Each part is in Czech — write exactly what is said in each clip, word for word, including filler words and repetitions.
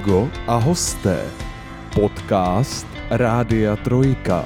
Hugo a hosté. Podcast Rádia Trojka.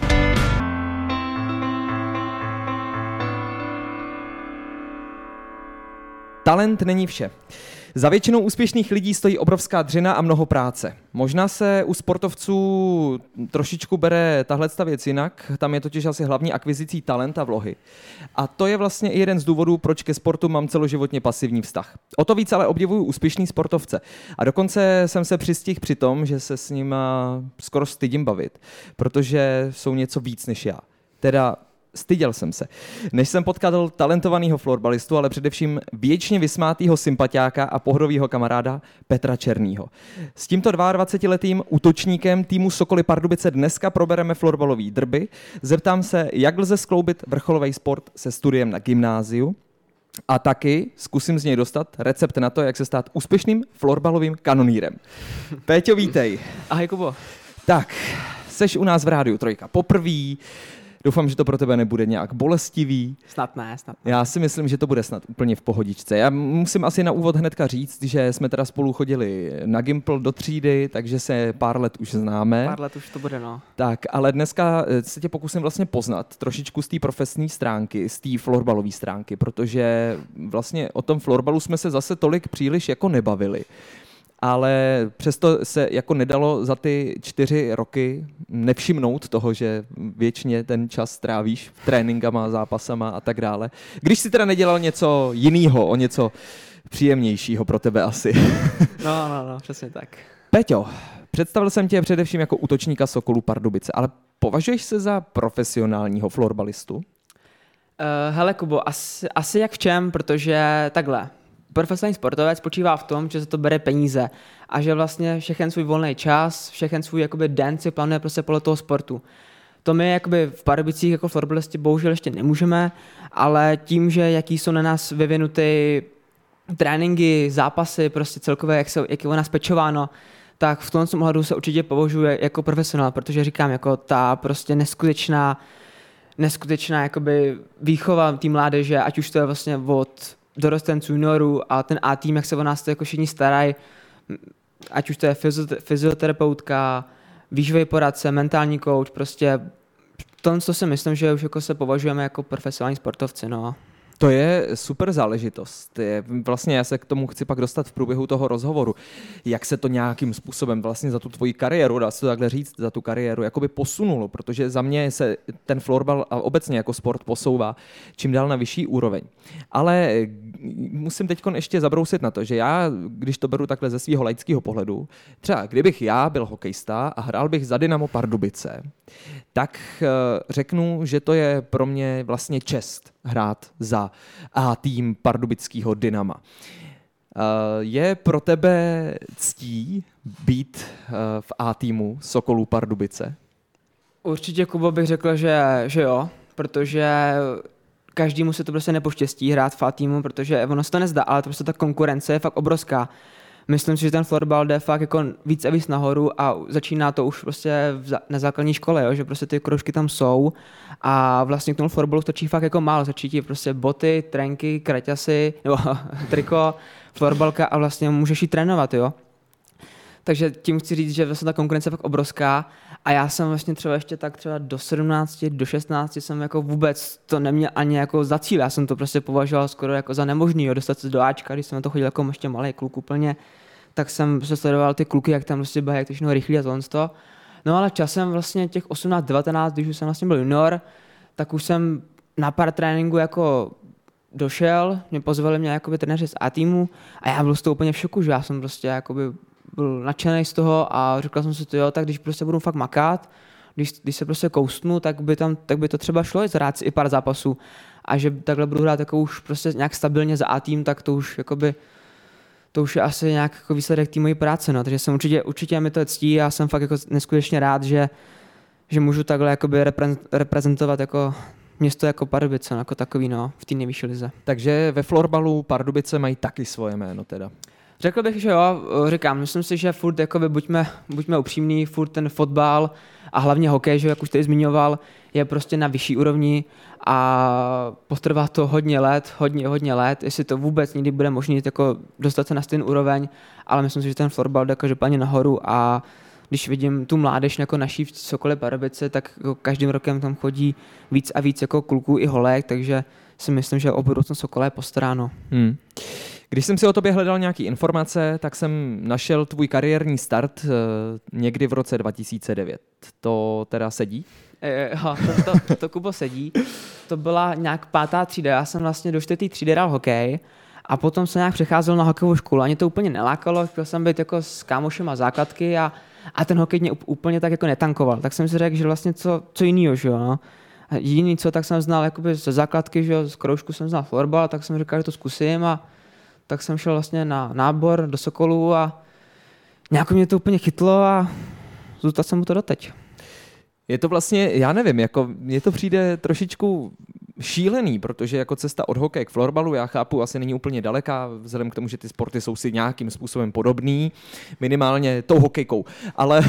Talent není vše. Za většinou úspěšných lidí stojí obrovská dřina a mnoho práce. Možná se u sportovců trošičku bere tahle věc jinak, tam je totiž asi hlavní akvizicí talent a vlohy. A to je vlastně i jeden z důvodů, proč ke sportu mám celoživotně pasivní vztah. O to víc ale obdivuju úspěšný sportovce. A dokonce jsem se přistihl při tom, že se s nima skoro stydím bavit, protože jsou něco víc než já. Teda styděl jsem se. Než jsem potkal talentovaného florbalistu, ale především věčně vysmátýho sympatiáka a pohodovýho kamaráda Petra Černýho. S tímto dvacetiletým útočníkem týmu Sokoly Pardubice dneska probereme florbalový drby. Zeptám se, jak lze skloubit vrcholový sport se studiem na gymnáziu a taky zkusím z něj dostat recept na to, jak se stát úspěšným florbalovým kanonýrem. Péťo, vítej. Ahoj, Kubo. Tak, seš u nás v Rádiu Trojka poprvý. Doufám, že to pro tebe nebude nějak bolestivý. Snad ne, snad ne. Já si myslím, že to bude snad úplně v pohodičce. Já musím asi na úvod hnedka říct, že jsme teda spolu chodili na Gimpl do třídy, takže se pár let už známe. Pár let už to bude, no. Tak, ale dneska se tě pokusím vlastně poznat trošičku z té profesní stránky, z té florbalové stránky, protože vlastně o tom florbalu jsme se zase tolik příliš jako nebavili. Ale přesto se jako nedalo za ty čtyři roky nevšimnout toho, že věčně ten čas trávíš tréninkama, zápasama a tak dále. Když si teda nedělal něco jiného, o něco příjemnějšího pro tebe asi. No, no, no, přesně tak. Peťo, představil jsem tě především jako útočníka Sokolů Pardubice, ale považuješ se za profesionálního florbalistu? Uh, hele, Kubo, asi, asi jak v čem, protože takhle. Profesionální sportovec spočívá v tom, že za to bere peníze a že vlastně všechen svůj volný čas, všechen svůj jakoby den si plánuje prostě podle toho sportu. To my jakoby v Pardubicích jako florbalisti bohužel ještě nemůžeme, ale tím, že jaký jsou na nás vyvinuty tréninky, zápasy, prostě celkově, jak, se, jak je o nás pečováno, tak v tomto ohledu se určitě považuje jako profesionál, protože říkám, jako ta prostě neskutečná, neskutečná jakoby výchova té mládeže, ať už to je vlastně od dorostenců, juniorů a ten A tým, jak se o nás to jako všichni starají, ať už to je fyzioterapeutka, výživový poradce, mentální coach, prostě to, co si myslím, že už jako se považujeme jako profesionální sportovci, no. To je super záležitost. Je, vlastně já se k tomu chci pak dostat v průběhu toho rozhovoru. Jak se to nějakým způsobem vlastně za tu tvoji kariéru, dá se to takhle říct, za tu kariéru, jakoby posunulo, protože za mě se ten florbal a obecně jako sport posouvá čím dál na vyšší úroveň. Ale musím teď ještě zabrousit na to, že já, když to beru takhle ze svého laického pohledu, třeba kdybych já byl hokejista a hrál bych za Dynamo Pardubice, tak řeknu, že to je pro mě vlastně čest hrát za A tým pardubického Dynama. Je pro tebe ctí být v A týmu Sokolů Pardubice? Určitě, Kubo, bych řekl, že, že jo, protože každému se to prostě nepoštěstí hrát v A týmu, protože ono se to nezdá, ale to prostě ta konkurence je fakt obrovská. Myslím si, že ten florbal jde fakt jako víc a víc nahoru a začíná to už prostě na základní škole, jo? Že prostě ty kroužky tam jsou a vlastně k tomu florbalu stačí fakt jako málo, stačí ti prostě boty, trenky, kraťasy, nebo triko, florbalka a vlastně můžeš jí trénovat, jo. Takže tím chci říct, že vlastně ta konkurence je fakt obrovská a já jsem vlastně třeba ještě tak třeba do sedmnácti, do šestnácti jsem jako vůbec to neměl ani jako za cíl, já jsem to prostě považoval skoro jako za nemožný, jo, dostat se do Ačka, když jsem na to chodil jako ještě malý kluk úplně, tak jsem prostě sledoval ty kluky, jak tam prostě běhají, jak to všechno rychlý a tohle. No ale časem vlastně těch osmnáct devatenáct, když už jsem vlastně byl junior, tak už jsem na pár tréninku jako došel, mě pozvali mě jakoby trenéři z A týmu a já byl z toho úplně v šoku, že já jsem prostě jakoby byl nadšený z toho a říkal jsem si to, jo, tak když prostě budu fakt makat, když, když se prostě koustnu, tak by, tam, tak by to třeba šlo zhrát si i pár zápasů a že takhle budu hrát jako už prostě nějak stabilně za A tým, tak to už jakoby to už je asi nějak jako výsledek té mojí práce, no. Takže jsem určitě, určitě mi to ctí a jsem fakt jako neskutečně rád, že, že můžu takhle jakoby reprezentovat jako město jako Pardubice, no, jako takový, no, v té nejvyšší lize. Takže ve florbalu Pardubice mají taky svoje jméno teda. Řekl bych, že jo, říkám, myslím si, že furt jakoby buďme, buďme upřímní, furt ten fotbal a hlavně hokej, že jak už tady zmiňoval, je prostě na vyšší úrovni a potrvá to hodně let, hodně, hodně let, jestli to vůbec nikdy bude možné jako dostat se na stejný úroveň, ale myslím si, že ten florbal jde každopádně nahoru a když vidím tu mládež jako naší v Sokolé Pardubice, tak jako každým rokem tam chodí víc a víc jako kluků i holek, takže si myslím, že o budoucnost Sokola je postaráno. Hmm. Když jsem si o tobě hledal nějaké informace, tak jsem našel tvůj kariérní start někdy v roce dva tisíce devět. To teda sedí? E, jo, to, to, to Kubo sedí. To byla nějak pátá třída. Já jsem vlastně do čtvrté třídy hrál hokej a potom jsem nějak přecházel na hokejovou školu. Ani to úplně nelákalo, chtěl jsem být jako s kámošema základky a, a ten hokej mě úplně tak jako netankoval. Tak jsem si řekl, že vlastně co, co jinýho, že jo, no. Jediný co, tak jsem znal jakoby ze základky, že jo, z kroužku jsem znal florbal, tak jsem říkal, že to zkusím a tak jsem šel vlastně na nábor do Sokolů a nějak mě to úplně chytlo a zůstal jsem mu to doteď. Je to vlastně, já nevím, jako mně to přijde trošičku šílený, protože jako cesta od hokeje k florbalu, já chápu, asi není úplně daleká, vzhledem k tomu, že ty sporty jsou si nějakým způsobem podobný, minimálně tou hokejkou, ale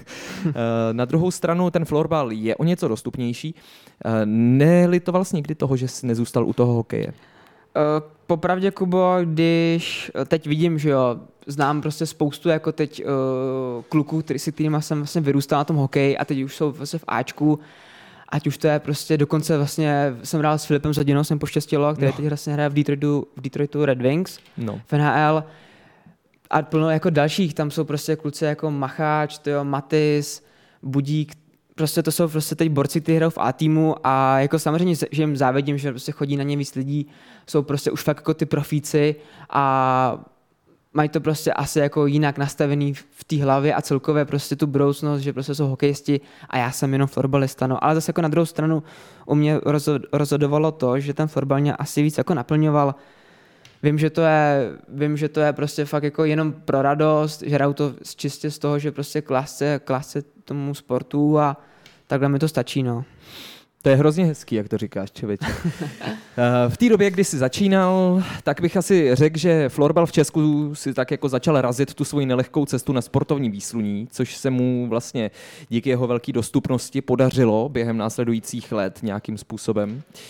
na druhou stranu ten florbal je o něco dostupnější. Nelitoval jsi někdy toho, že jsi nezůstal u toho hokeje? Popravdě, Kubo, když teď vidím, že jo, znám prostě spoustu jako teď uh, kluků, který, si kterýma jsem vlastně vyrůstal na tom hokeji a teď už jsou vlastně v Ačku, ať už to je prostě dokonce vlastně jsem hrál s Filipem Zadinou, jsem poštěstilo, který no. teď vlastně hraje v Detroitu, v Detroitu Red Wings, no. v N H L a plno jako dalších, tam jsou prostě kluci jako Macháč, tyjo, Matis, Budík, prostě to jsou prostě teď borci, kteří hrajou v A týmu a jako samozřejmě, že jim závidím, že prostě chodí na ně víc lidí, jsou prostě už fakt jako ty profíci a mají to prostě asi jako jinak nastavený v té hlavě a celkově prostě tu budoucnost, že prostě jsou hokejisti a já jsem jenom florbalista, no. Ale zase jako na druhou stranu u mě rozhodovalo to, že ten florbal mě asi víc jako naplňoval. Vím, že to je, vím, že to je prostě fakt jako jenom pro radost, že hraju to čistě z toho, že prostě klásce, klásce tomu sportu a takhle mi to stačí, no. To je hrozně hezký, jak to říkáš, člověče. V té době, kdy jsi začínal, tak bych asi řekl, že florbal v Česku si tak jako začal razit tu svoji nelehkou cestu na sportovní výsluní, což se mu vlastně díky jeho velké dostupnosti podařilo během následujících let nějakým způsobem.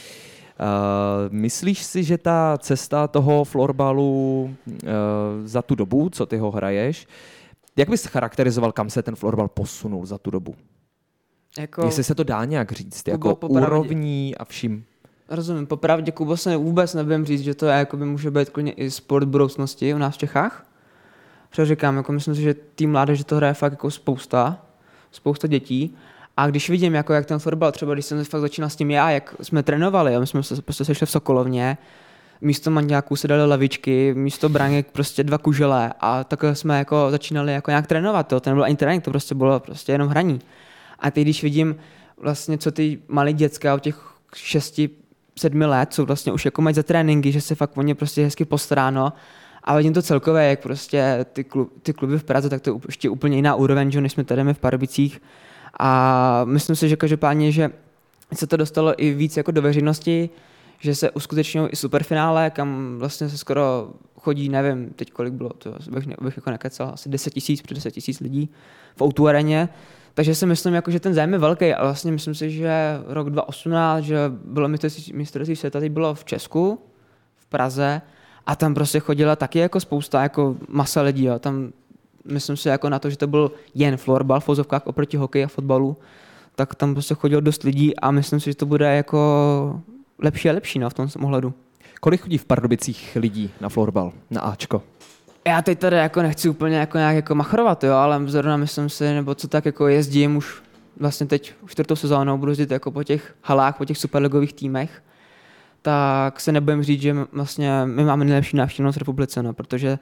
Uh, myslíš si, že ta cesta toho florbalu uh, za tu dobu, co ty ho hraješ, jak bys charakterizoval, kam se ten florbal posunul za tu dobu? Jako, jestli se to dá nějak říct, Kubo, jako popravdě, úrovní a vším. Rozumím, popravdě, Kubo, se vůbec nevím říct, že to je, jako by může být klidně i sport budoucnosti u nás v Čechách. Protože říkám, jako myslím si, že tým mládeže to hraje fakt jako spousta, spousta dětí. A když vidím, jako jak ten florbal, třeba když jsem fakt začínal s tím já, jak jsme trénovali, my jsme se prostě sešli v Sokolovně, místo manďáků se dali lavičky, místo braněk prostě dva kužele a takhle jsme jako začínali jako nějak trénovat, to, to nebyl ani trénink, to prostě bylo prostě jenom hraní. A teď, když vidím vlastně, co ty malí děcka od těch šesti, sedmi let jsou vlastně už jako mají za tréninky, že se fakt o ně prostě hezky postaráno a vidím to celkově, jak prostě ty, klub, ty kluby v Praze, tak to je ještě úplně jiná úroveň, že než jsme tady my v Pardubicích. A myslím si, že každopádně, že se to dostalo i víc jako do veřejnosti, že se uskutečňují i superfinále, kam vlastně se skoro chodí, nevím, teď kolik bylo, to bych, bych jako nekecal, asi deset tisíc, před deset tisíc lidí v ó dvě areně. Takže si myslím, jako, že ten zájem je velký, ale vlastně myslím si, že rok dva tisíce osmnáct, že bylo mistrovství světa, teď bylo v Česku, v Praze a tam prostě chodila taky jako spousta, jako masa lidí, jo. Tam myslím si jako na to, že to byl jen florbal v vozovkách oproti hokeji a fotbalu, tak tam prostě chodilo dost lidí a myslím si, že to bude jako lepší a lepší, no, v tom ohledu. Kolik chodí v Pardubicích lidí na florbal, na Ačko? Já teď tady jako nechci úplně jako nějak jako machrovat, jo, ale zrovna myslím si, nebo co tak jako jezdím už vlastně teď čtvrtou sezónou, budu jezdit jako po těch halách, po těch superligových týmech, tak se nebudem říct, že vlastně my máme nejlepší návštěvnost v republice, no, protože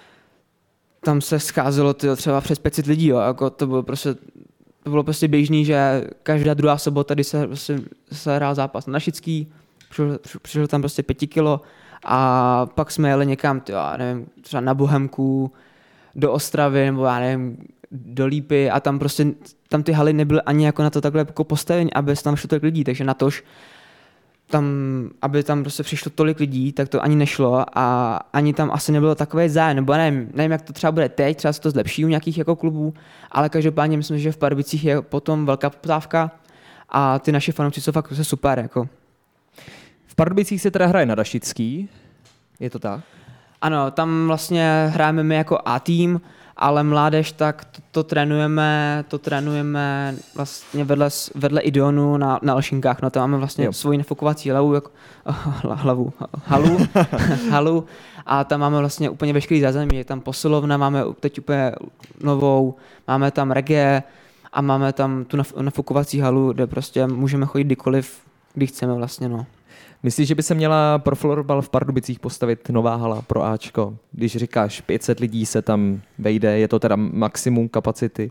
tam se scházelo tyjo, třeba přes pět set lidí, jo, jako to bylo prostě to bylo prostě běžný, že každá druhá sobota, kdy se, prostě, se hrál zápas na Našický, přišlo, přišlo tam prostě pěti kilo a pak jsme jeli někam, tyjo, já nevím, třeba na Bohemku, do Ostravy, nebo já nevím, do Lípy a tam prostě, tam ty haly nebyly ani jako na to takhle jako postavení, aby se tam šlo tolik lidí, takže natož tam, aby tam prostě přišlo tolik lidí, tak to ani nešlo a ani tam asi nebylo takové zájem, nebo nevím, nevím, jak to třeba bude teď, třeba se to zlepší u nějakých jako klubů, ale každopádně myslím, že v Pardubicích je potom velká poptávka a ty naše fanoušci jsou fakt super. Jako. V Pardubicích se teda hraje na Dašický, je to tak? Ano, tam vlastně hrajeme my jako A-tým, ale mládež tak to, to trénujeme, to trénujeme vlastně vedle, vedle Ideonu na, na Lšinkách, no tam máme vlastně jo. svoji nafukovací hlavu, jako, hlavu, halu, halu a tam máme vlastně úplně veškerý zázemí, je tam posilovna, máme teď úplně novou, máme tam reggae a máme tam tu nafukovací halu, kde prostě můžeme chodit kdykoliv, kdy chceme vlastně, no. Myslíš, že by se měla pro florbal v Pardubicích postavit nová hala pro Ačko? Když říkáš pět set lidí se tam vejde, je to teda maximum kapacity?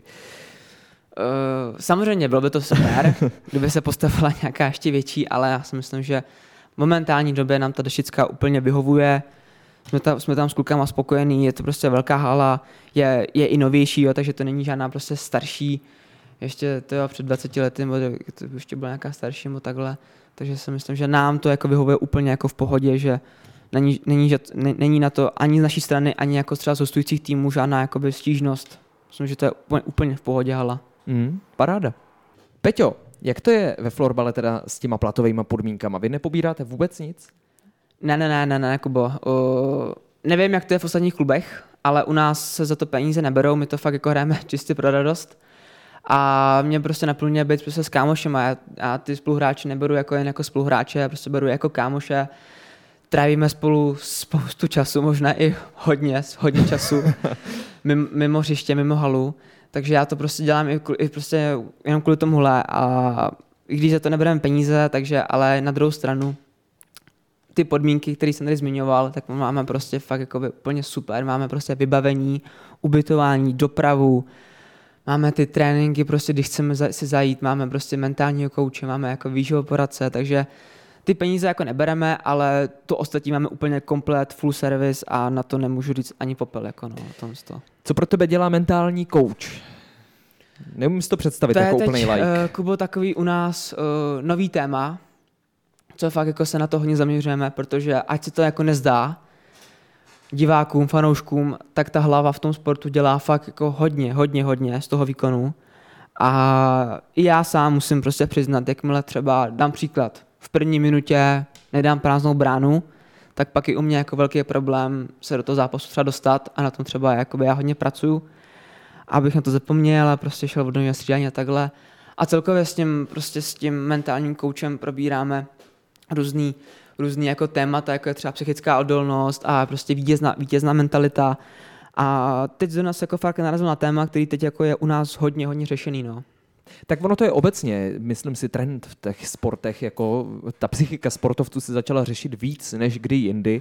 Uh, samozřejmě bylo by to super, kdyby se postavila nějaká ještě větší, ale já si myslím, že v momentální době nám ta Dašická úplně vyhovuje. Jsme tam, jsme tam s klukama spokojení, je to prostě velká hala, je, je i novější, jo, takže to není žádná prostě starší, ještě to jo, před dvaceti lety, nebo to ještě byla nějaká starší, nebo takhle. Takže si myslím, že nám to jako vyhovuje úplně jako v pohodě, že není, není, že, ne, není na to ani z naší strany, ani jako třeba z hostujících týmů žádná jakoby stížnost. Myslím, že to je úplně, úplně v pohodě hala. Mm, paráda. Peťo, jak to je ve florbale teda s těma platovými podmínkama? Vy nepobíráte vůbec nic? Ne, ne, ne, ne, ne, Kubo. Uh, nevím, jak to je v ostatních klubech, ale u nás se za to peníze neberou, my to fakt jako hrajeme čistě pro radost. A mě prostě naplňuje být prostě s kámošema. Já, já ty spoluhráče neberu jako jen jako spoluhráče, já prostě beru jako kámoše. Trávíme spolu spoustu času, možná i hodně, hodně času, mimo, mimo hřiště, mimo halu. Takže já to prostě dělám i, i prostě jenom kvůli tomuhle. A i když za to nebereme peníze, takže ale na druhou stranu ty podmínky, které jsem tady zmiňoval, tak máme prostě fakt jako úplně super. Máme prostě vybavení, ubytování, dopravu, máme ty tréninky, prostě když chceme si zajít, máme prostě mentálního kouče, máme jako výživový poradce, takže ty peníze jako nebereme, ale to ostatní máme úplně komplet, full service a na to nemůžu říct ani popel. Jako no, tom to. Co pro tebe dělá mentální coach? Neumím si to představit to jako je úplný teď, like. Uh, Kubo, takový u nás uh, nový téma, co fakt jako se na to hodně zaměřujeme, protože ať se to jako nezdá divákům, fanouškům, tak ta hlava v tom sportu dělá fakt jako hodně, hodně, hodně z toho výkonu. A i já sám musím prostě přiznat, jakmile třeba dám příklad, v první minutě nedám prázdnou bránu, tak pak i u mě jako velký problém se do toho zápasu třeba dostat a na tom třeba jakoby já hodně pracuju, abych na to zapomněl a prostě šel od nového střídání a takhle. A celkově s tím, prostě s tím mentálním koučem probíráme různý, různý jako témata, jako je třeba psychická odolnost a prostě vítězná, vítězná mentalita. A teď do nás jako fakt narazil na téma, který teď jako je u nás hodně, hodně řešený. No. Tak ono to je obecně, myslím si, trend v těch sportech, jako ta psychika sportovců se začala řešit víc než kdy jindy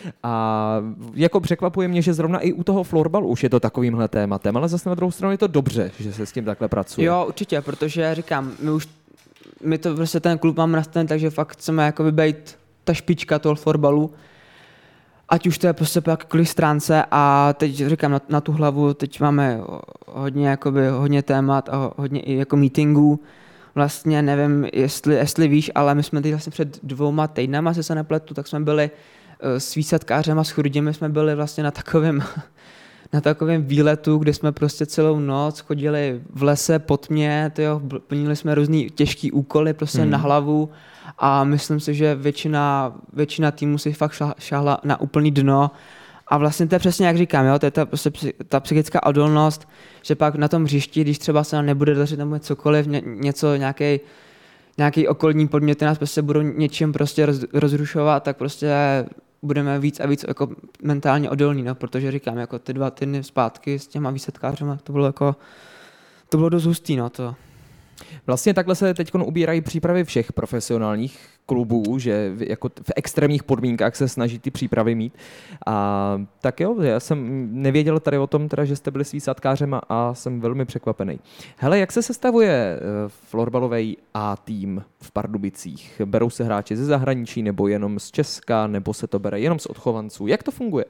a jako překvapuje mě, že zrovna i u toho florbalu už je to takovýmhle tématem, ale zase na druhou stranu je to dobře, že se s tím takhle pracuje. Jo, určitě, protože říkám, my už my to prostě ten klub máme nastavený, takže fakt chceme jakoby být ta špička toho florbalu, ať už to je prostě po jakékoliv stránce a teď říkám na, na tu hlavu, teď máme hodně, jakoby, hodně témat a hodně i jako meetingů. Vlastně nevím, jestli, jestli víš, ale my jsme teď vlastně před dvouma týdnama, jestli se nepletu, tak jsme byli uh, s výsadkářem s Chruděmi, jsme byli vlastně na takovém na takovém výletu, kde jsme prostě celou noc chodili v lese po tmě, tyjo, plnili jsme různý těžký úkoly prostě hmm. na hlavu a myslím si, že většina, většina týmu si fakt šáhla na úplný dno a vlastně to je přesně jak říkám, jo, to je ta, prostě, ta psychická odolnost, že pak na tom hřišti, když třeba se nám nebude dařit nebo cokoliv, ně, něco, nějaký nějaký okolní podměty nás prostě budou něčím prostě roz, rozrušovat, tak prostě budeme víc a víc jako mentálně odolní, no, protože říkám, jako ty dva týdny zpátky s těma výsadkářema, to bylo jako, to bylo dost hustý, no, to. Vlastně takhle se teď ubírají přípravy všech profesionálních klubů, že jako v extrémních podmínkách se snaží ty přípravy mít. A tak jo, já jsem nevěděl tady o tom, teda, že jste byli s výsadkářem a jsem velmi překvapený. Hele, jak se sestavuje florbalový A tým v Pardubicích? Berou se hráči ze zahraničí nebo jenom z Česka, nebo se to bere jenom z odchovanců? Jak to funguje?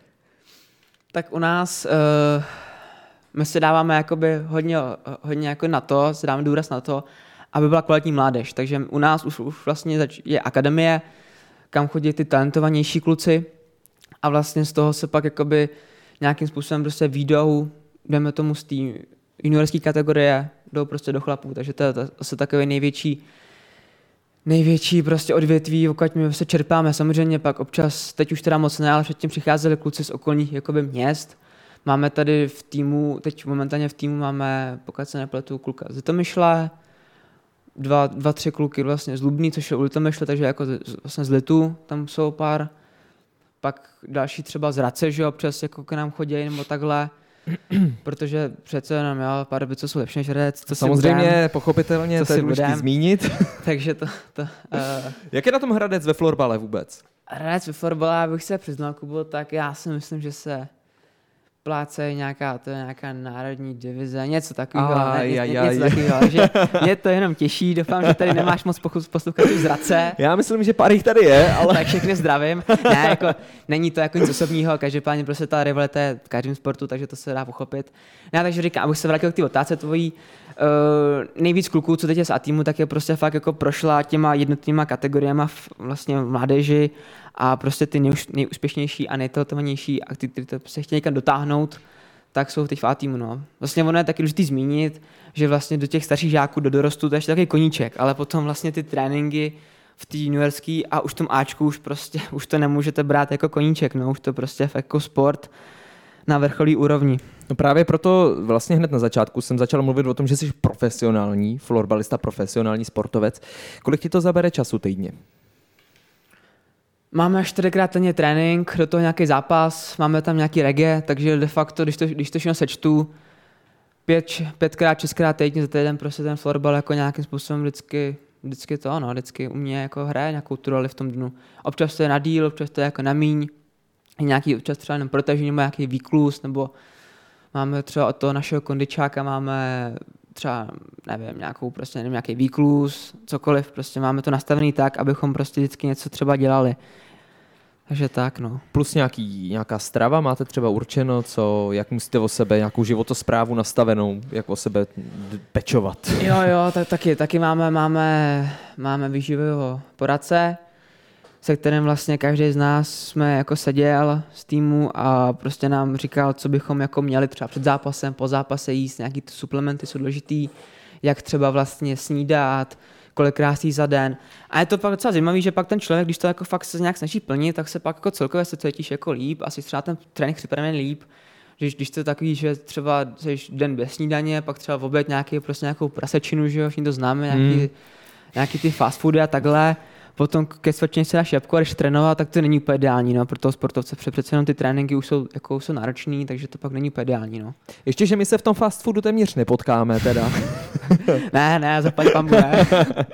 Tak u nás uh, my si dáváme jakoby hodně, hodně jako na to, si dáváme důraz na to, aby byla kvalitní mládež. Takže u nás už, už vlastně je akademie, kam chodí ty talentovanější kluci a vlastně z toho se pak jakoby nějakým způsobem prostě výjdou, jdeme tomu z té juniorské kategorie, jdou prostě do chlapů, takže to je asi takový největší největší prostě odvětví, pokud my se čerpáme. Samozřejmě pak občas, teď už teda moc ne, ale předtím přicházeli kluci z okolních jakoby měst. Máme tady v týmu, teď momentálně v týmu máme, pokud se nepletu, kluka z Litomyšle, dva, dva, tři kluky vlastně z Lubný, což je u Litomyšle, takže jako z, vlastně z Litu, tam jsou pár. Pak další třeba z Hradce, že občas jako k nám chodí nebo takhle. Protože přece jenom, jo, Pardubice jsou lepší než Hradec. To samozřejmě, budem, pochopitelně, to, to je důležité zmínit. Takže to... to uh... Jak je na tom Hradec ve florbale vůbec? Hradec ve florbale, abych se přiznal, Kubo, tak já si myslím, že se pláce nějaká, to je nějaká národní divize, něco takového, ah, ne, jaj, ně, jaj. něco takového, že mě to jenom těší, doufám, že tady nemáš moc posluchačů z Hradce. Já myslím, že pár jich tady je, ale... Tak všechny zdravím. Ne, jako, není to jako nic osobního, každopádně prostě ta rivalita je v každém sportu, takže to se dá pochopit. Ne, takže říkám, abych se vrátil k té otázce tvojí, uh, nejvíc kluků, co teď je z A-týmu, tak je prostě fakt jako prošla těma jednotnýma kategoriema v, vlastně v mládeži a prostě ty nejúš, nejúspěšnější a nejtalentovanější a ty, ty to se chtějí někam dotáhnout, tak jsou teď v A-týmu, no. Vlastně ono je taky důležitý zmínit, že vlastně do těch starších žáků, do dorostu, to je ještě takový koníček, ale potom vlastně ty tréninky v té juniorský a už v tom Ačku už prostě, už to nemůžete brát jako koníček, no, už to prostě jako sport na vrcholí úrovni. No právě proto vlastně hned na začátku jsem začal mluvit o tom, že jsi profesionální florbalista, profesionální sportovec. Kolik ti to zabere času týdně? Máme čtyřikrát denně trénink, do toho nějaký zápas, máme tam nějaký reggae, takže de facto, když to, když to všechno sečtu, pět, pětkrát, šestkrát týdně za týden prostě ten florbal jako nějakým způsobem vždycky, vždycky to, no, vždycky u mě jako hraje nějakou tu roli v tom dnu. Občas to je na díl, občas to je jako na míň, nějaký občas třeba jenom protažení nebo nějaký výklus, nebo máme třeba od toho našeho kondičáka máme třeba, nevím, nějakou prostě, nevím, nějaký výklus, cokoliv, prostě máme to nastavený tak, abychom prostě vždycky něco třeba dělali. Takže tak, no. Plus nějaký, nějaká strava, máte třeba určeno, co, jak musíte o sebe, nějakou životosprávu nastavenou, jak o sebe pečovat. Jo, jo, tak, taky, taky máme, máme, máme výživového poradce, se kterým vlastně každý z nás jsme jako seděl z týmu a prostě nám říkal, co bychom jako měli třeba před zápasem, po zápase jíst, nějaký ty suplementy jsou důležitý, jak třeba vlastně snídat, kolikrát jí za den. A je to pak docela zajímavý, že pak ten člověk, když to jako fakt se nějak snaží plnit, tak se pak jako celkově se cítíš jako líp, asi třeba ten trénink připravený líp. Když, když to je takový, že třeba jsi den bez snídaně, pak třeba v oběd nějaký, prostě nějakou prasečinu, že jo, všichni to známe, nějaký, hmm. nějaký ty fast foody a takhle. Potom ke svačině se dáš jabko a když trénovat, tak to není úplně ideální, no, pro toho sportovce, přece jenom ty tréninky už jsou, jako, jsou náročný, takže to pak není úplně ideální, no. Ještě, že my se v tom fast foodu téměř nepotkáme teda. ne, ne, zaplať pambu, ne.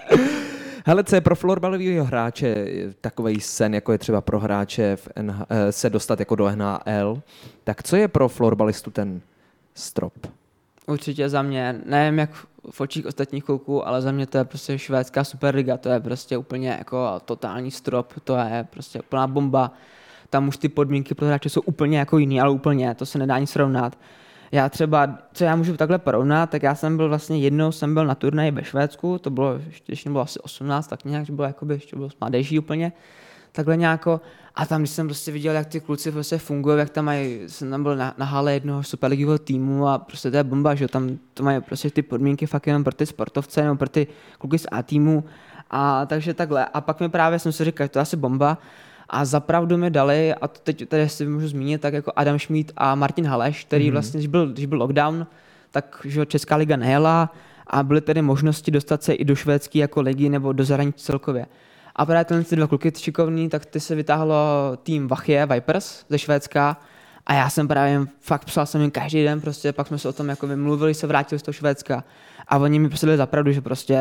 Hele, co je pro florbalového hráče takovej sen, jako je třeba pro hráče v N H L, se dostat jako do N H L, tak co je pro florbalistu ten strop? Určitě za mě, nevím jak v očích ostatních kluků, ale za mě to je prostě švédská superliga, to je prostě úplně jako totální strop, to je prostě úplná bomba. Tam už ty podmínky pro hráče jsou úplně jako jiný, ale úplně, to se nedá nic srovnat. Já třeba, co já můžu takhle porovnat, tak já jsem byl vlastně jednou, jsem byl na turnaji ve Švédsku, to bylo, ještě bylo asi osmnáct, tak nějak, že bylo jakoby, ještě bylo mladejší úplně, takhle nějako. A tam, když jsem prostě viděl, jak ty kluci prostě fungují, jak tam mají, jsem tam byl na, na hale jednoho superligového týmu a prostě to je bomba, že tam to mají prostě ty podmínky fakt jenom pro ty sportovce, nebo pro ty kluky z A týmu. A takže takhle. A pak mi právě jsem si říkal, to je asi bomba. A zapravdu mi dali, a teď tady si můžu zmínit, tak jako Adam Schmid a Martin Haleš, který mm-hmm. vlastně, když byl, když byl lockdown, tak že Česká liga nejela a byly tedy možnosti dostat se i do švédské jako ligy nebo do zahraničí celkově. A právě tyhle dva kluky šikovný, tak ty se vytáhlo tým Vachie Vipers ze Švédska a já jsem právě fakt psal jsem jim každý den, prostě pak jsme se o tom jako vymluvili, se vrátili z toho Švédska a oni mi prostě dali za pravdu, že prostě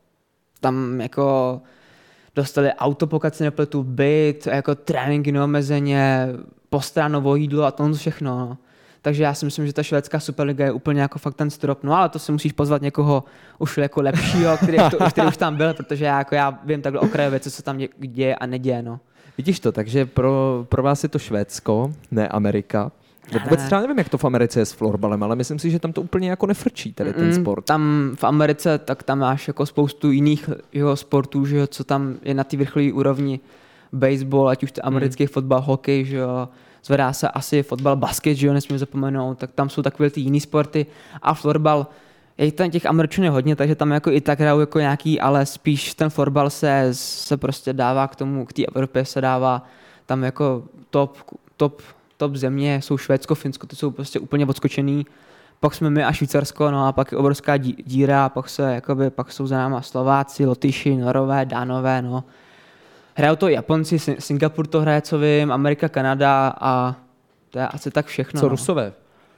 tam jako dostali auto, pokud se nepletu, byt, jako tréninky neomezeně, postranovo jídlo a to všechno. No. Takže já si myslím, že ta švédská superliga je úplně jako fakt ten strop. No ale to si musíš pozvat někoho už jako lepšího, který, to, který už tam byl, protože já, jako já vím takhle okrajově, co se tam děje a neděje. No. Vidíš to, takže pro, pro vás je to Švédsko, ne Amerika. Já vůbec třeba nevím, jak to v Americe je s florbalem, ale myslím si, že tam to úplně jako nefrčí, tady ten sport. Tam v Americe, tak tam máš jako spoustu jiných jeho sportů, že jo, co tam je na té vrcholové úrovni. Baseball, ať už to americký mm. fotbal, hokej, že jo, zvedá se asi fotbal, basket, že jo, nesmíme zapomenout, tak tam jsou takové ty jiný sporty a florbal, je tam těch Američanů hodně, takže tam jako i tak hrajou jako nějaký, ale spíš ten florbal se, se prostě dává k tomu, k té Evropě se dává tam jako top, top, top země, jsou Švédsko, Finsko, ty jsou prostě úplně odskočený, pak jsme my a Švýcarsko, no a pak je obrovská díra, pak, se, jakoby, pak jsou za náma Slováci, Lotyši, Norové, Dánové, no. Hrajou to Japonci, Singapur to hraje, co vím, Amerika, Kanada a to je asi tak všechno. Co no. Rusové?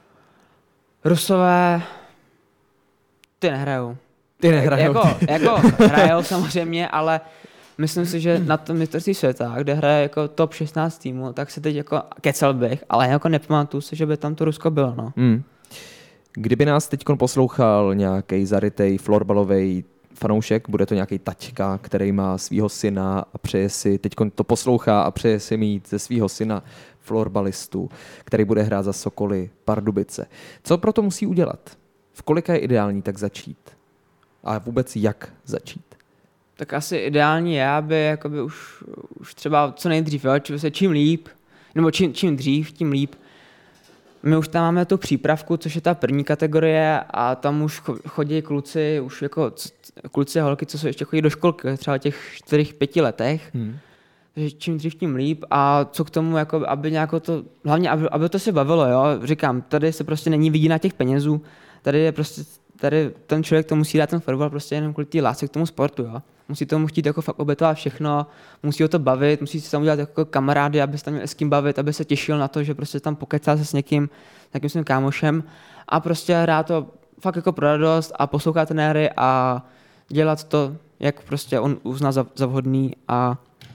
Rusové, ty nehrajou. Ty nehrajou. Jako, jako hrajou samozřejmě, ale myslím si, že na tom mistrovství světa, kde hraje jako top šestnáct týmů, tak se teď jako kecal bych, ale jako nepamatuju si, že by tam to Rusko bylo. No. Hmm. Kdyby nás teď poslouchal nějaký zarytej florbalovej fanoušek, bude to nějaký taťka, který má svýho syna a přeje si, teď to poslouchá a přeje si mít ze svýho syna florbalistu, který bude hrát za Sokoly Pardubice. Co pro to musí udělat? V kolika je ideální tak začít? A vůbec jak začít? Tak asi ideální je, aby jakoby už, už třeba co nejdřív, jo? Čím líp, nebo čím, čím dřív, tím líp. My už tam máme tu přípravku, což je ta první kategorie a tam už chodí kluci, už jako kluci a holky, co jsou ještě chodí do školky, třeba těch čtyřech, pěti letech. Hmm. Takže čím dřív, tím líp a co k tomu, jako, aby nějako to, hlavně, aby, aby to se bavilo, jo. Říkám, tady se prostě není vidí na těch penězů, tady je prostě, tady ten člověk to musí dát ten fotbal prostě jenom kvůli té lásce k tomu sportu, jo. Musí tomu chtít jako fakt obětovat všechno, musí ho to bavit, musí si tam udělat jako kamarády, aby se tam měl s kým bavit, aby se těšil na to, že prostě tam pokecá se s někým, s nějakým svým kámošem a prostě hrát to fakt jako pro radost a poslouchat trenéry a dělat to, jak prostě on uzná za, za vhodný a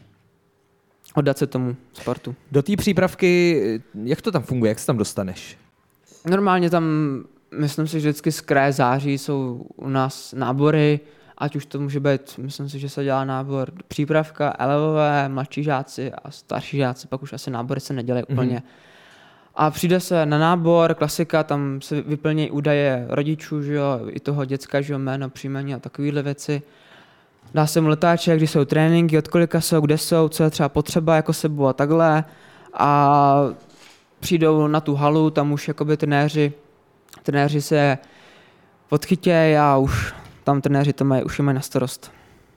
oddat se tomu sportu. Do té přípravky, jak to tam funguje, jak se tam dostaneš? Normálně tam, myslím si, že vždycky z kraje září jsou u nás nábory, ať už to může být, myslím si, že se dělá nábor přípravka, elevové, mladší žáci a starší žáci, pak už asi nábory se nedělají mm-hmm. úplně. A přijde se na nábor, klasika, tam se vyplní údaje rodičů, že jo, i toho děcka, že jo, jméno, příjmení a takovéhle věci. Dá se mu letáček, když jsou tréninky, od kolika jsou, kde jsou, co je třeba potřeba jako sebou a takhle. A přijdou na tu halu, tam už jakoby trenéři, trenéři se podchytějí a už tam trenéři to mají, už je mají na starost.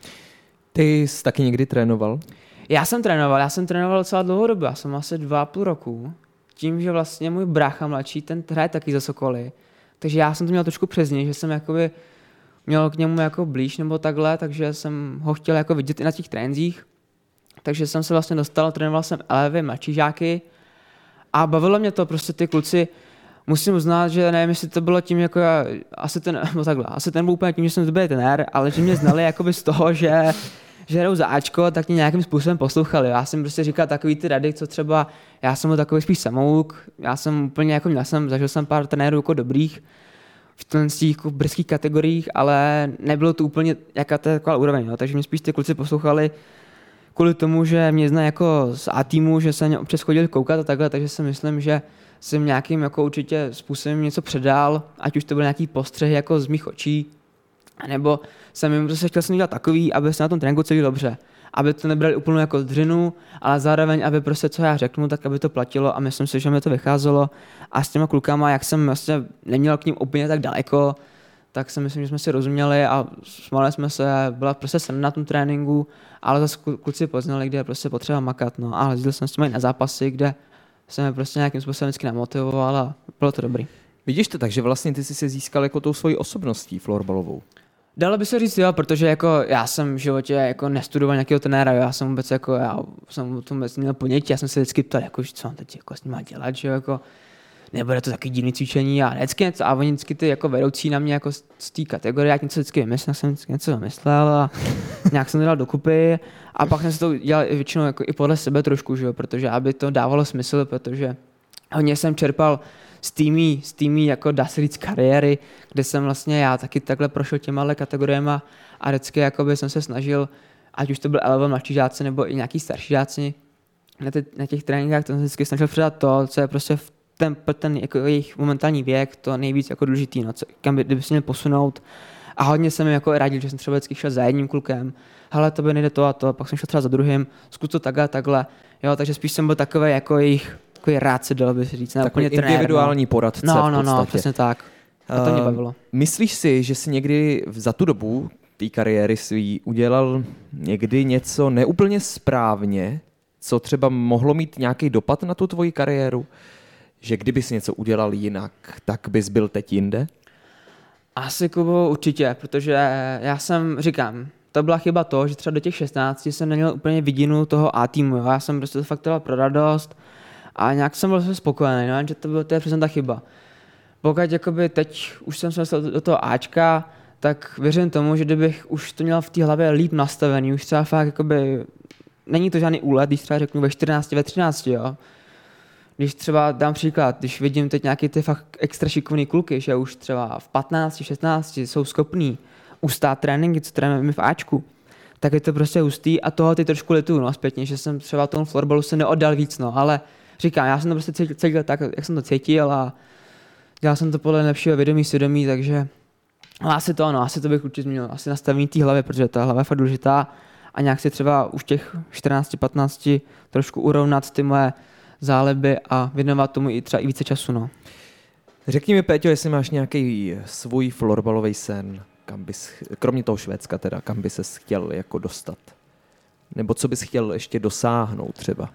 Ty jsi taky někdy trénoval? Já jsem trénoval, já jsem trénoval docela dlouhodobě, já jsem asi dva a půl roku. Tím, že vlastně můj brácha mladší, ten hraje taky za Sokoly. Takže já jsem to měl trošku přes něj, že jsem jakoby měl k němu jako blíž nebo takhle, takže jsem ho chtěl jako vidět i na těch trénincích. Takže jsem se vlastně dostal, trénoval jsem elevy, mladší žáky a bavilo mě to, prostě ty kluci, musím uznat, že nevím, jestli to bylo tím, jako já, asi ten, no takhle, asi ten byl úplně tím, že jsem dobrý trenér, ale že mě znali jakoby z toho, že, že hrajou za Ačko, tak mě nějakým způsobem poslouchali. Já jsem prostě říkal takový ty rady, co třeba, já jsem byl takový spíš samouk, já jsem úplně jako měl jsem, zažil jsem pár trenérů jako dobrých, v těch jako brzkých kategoriích, ale nebylo to úplně jaká to je taková úroveň, jo. Takže mě spíš ty kluci poslouchali kvůli tomu, že mě znají jako z A týmu, že se mě občas chodili koukat a takhle, takže si myslím, že jsem nějakým jako určitě způsobem něco předal, ať už to byl nějaký postřeh jako z mých očí, nebo jsem jim prostě chtěl jsem dělat takový, aby se na tom tréninku celý dobře. Aby to nebrali úplnou jako dřinu, ale zároveň, aby prostě co já řeknu, tak aby to platilo a myslím si, že mi to vycházelo. A s těma klukama, jak jsem vlastně neměl k ním úplně tak daleko, tak si myslím, že jsme si rozuměli a smáli jsme se, byla prostě sranda na tom tréninku, ale zase kluci poznali, kde je prostě potřeba makat. No. A jezdil jsem s těmi na zápasy, kde jsem je prostě nějakým způsobem vždycky namotivoval a bylo to dobrý. Vidíš to tak, že vlastně ty jsi se získal jako tou svojí osobností florbalovou? Dalo by se říct, jo, protože jako já jsem v životě jako nestudoval nějakého trenéra, já jsem vůbec jako, já jsem o tom vůbec měl ponětí, já jsem se vždycky ptal, jako, co mám teď jako s ním má dělat, že jako, nebude to taky divný cvičení a vždycky něco, a oni vždycky ty jako vedoucí na mě jako z té kategorie, jak něco vždycky vymyslel, jsem vždycky něco vymyslel a nějak jsem to dal dokupy a pak jsem si to dělal většinou jako i podle sebe trošku, že jo, protože aby to dávalo smysl, protože hodně jsem čerpal z týmí, z týmí jako dá se říct kariéry, kde jsem vlastně já taky takhle prošel těma kategoriema a vždycky jakoby jsem se snažil, ať už to byl eleven mladší žáci nebo i nějaký starší žáci, na, ty, na těch tréninkách jsem se vždycky snažil předat to, co je prostě v ten, ten jako jejich momentální věk, to nejvíc jako důležitý, no, co, kam by, kdyby se měl posunout. A hodně jsem mi jako radil, že jsem třeba vždycky šel za jedním klukem, hele, to by nejde to a to, pak jsem šel třeba za druhým, zkus to takhle, takhle, jo, takže spíš jsem byl takový jako jejich, takový rádce, dalo by se říct, ne takový úplně individuální trenér, poradce no, v podstatě. no, no, přesně tak. A to mě bavilo. Uh, myslíš si, že jsi někdy za tu dobu té kariéry svý udělal někdy něco neúplně správně, co třeba mohlo mít nějaký dopad na tu tvoji kariéru? Že kdybys něco udělal jinak, tak bys byl teď jinde? Asi, Kubo, určitě, protože já jsem, říkám, to byla chyba to, že třeba do těch šestnácti jsem neměl úplně vidinu toho A týmu, jo? Já jsem prostě to fakt dělal pro radost a nějak jsem byl spokojený, no? Že to, bylo, to je přesně ta chyba. Pokud jakoby teď už jsem se dostal do toho Ačka, tak věřím tomu, že kdybych už to měl v té hlavě líp nastavený, už třeba fakt jakoby, není to žádný úlet, když třeba řeknu ve čtrnácti, ve třinácti, jo. Když třeba dám příklad, když vidím teď nějaký ty fakt extra šikovný kluky, že už třeba v patnácti, šestnácti jsou schopní ustát tréninky, co trénujeme my v Ačku, tak je to prostě hustý a toho ty trošku lituju, no, zpětně, že jsem třeba tomu florbalu se neoddal víc, no, ale říkám, já jsem to prostě cítil, cítil tak, jak jsem to cítil a dělal jsem to podle lepšího vědomí, svědomí, takže ale asi to, no, asi to bych určitě změnil, asi nastavení té hlavy, protože ta hlava je fakt důležitá a nějak si třeba už těch čtrnácti, patnácti trošku urovnat ty moje záliby a věnovat tomu i třeba i více času, no. Řekni mi, Péťo, jestli máš nějaký svůj florbalový sen, kam bys, kromě toho Švédska teda, kam bys se chtěl jako dostat? Nebo co bys chtěl ještě dosáhnout třeba?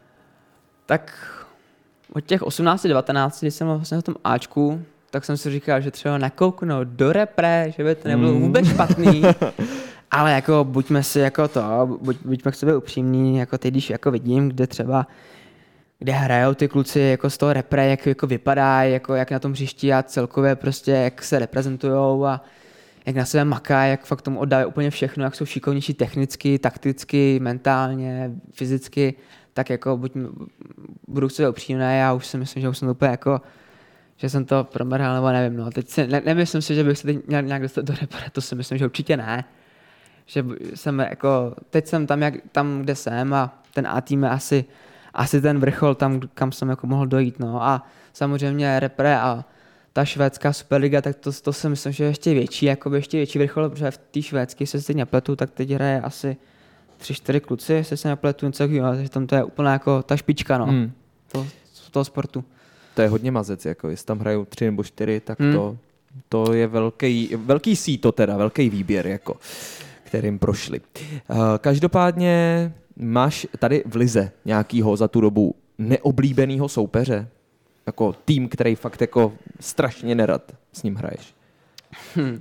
Tak od těch osmnácti, devatenácti, když jsem vlastně v tom Ačku, tak jsem si říkal, že třeba nakouknout do repre, že by to nebylo Mm. vůbec špatný. Ale jako buďme si jako to, buď, buďme k sobě upřímní, jako teď, když jako vidím, kde třeba kde hrajou ty kluci jako z toho repre, jak jako vypadají, jako jak na tom hřišti a celkově prostě jak se reprezentujou a jak na sebe makají, jak fakt tomu oddávají úplně všechno, jak jsou šikovnější technicky, takticky, mentálně, fyzicky, tak jako buď budu k sobě upřímný, já už si myslím, že už jsem to úplně jako, že jsem to promrhal, nebo nevím, no. Teď si, ne, nemyslím si, že bych se teď měl nějak dostat do repre, to si myslím, že určitě ne. Že jsem jako, teď jsem tam, jak, tam, kde jsem a ten A tým je asi, asi ten vrchol tam, kam jsem jako mohl dojít, no. A samozřejmě repre a ta švédská superliga, tak to, to si myslím, že je ještě větší, jakoby ještě větší vrchol, protože v té švédské se teď nepletu, tak teď hraje asi tři, čtyři kluci, jestli se nepletu, něco takového, takže tam to je úplně jako ta špička, no, hmm. to, toho sportu. To je hodně mazec, jako jestli tam hrajou tři nebo čtyři, tak hmm. to, to je velký, velký síto teda, velký výběr, jako, kterým prošli. Uh, každopádně máš tady v lize nějakýho za tu dobu neoblíbenýho soupeře? Jako tým, který fakt jako strašně nerad s ním hraješ. Hmm.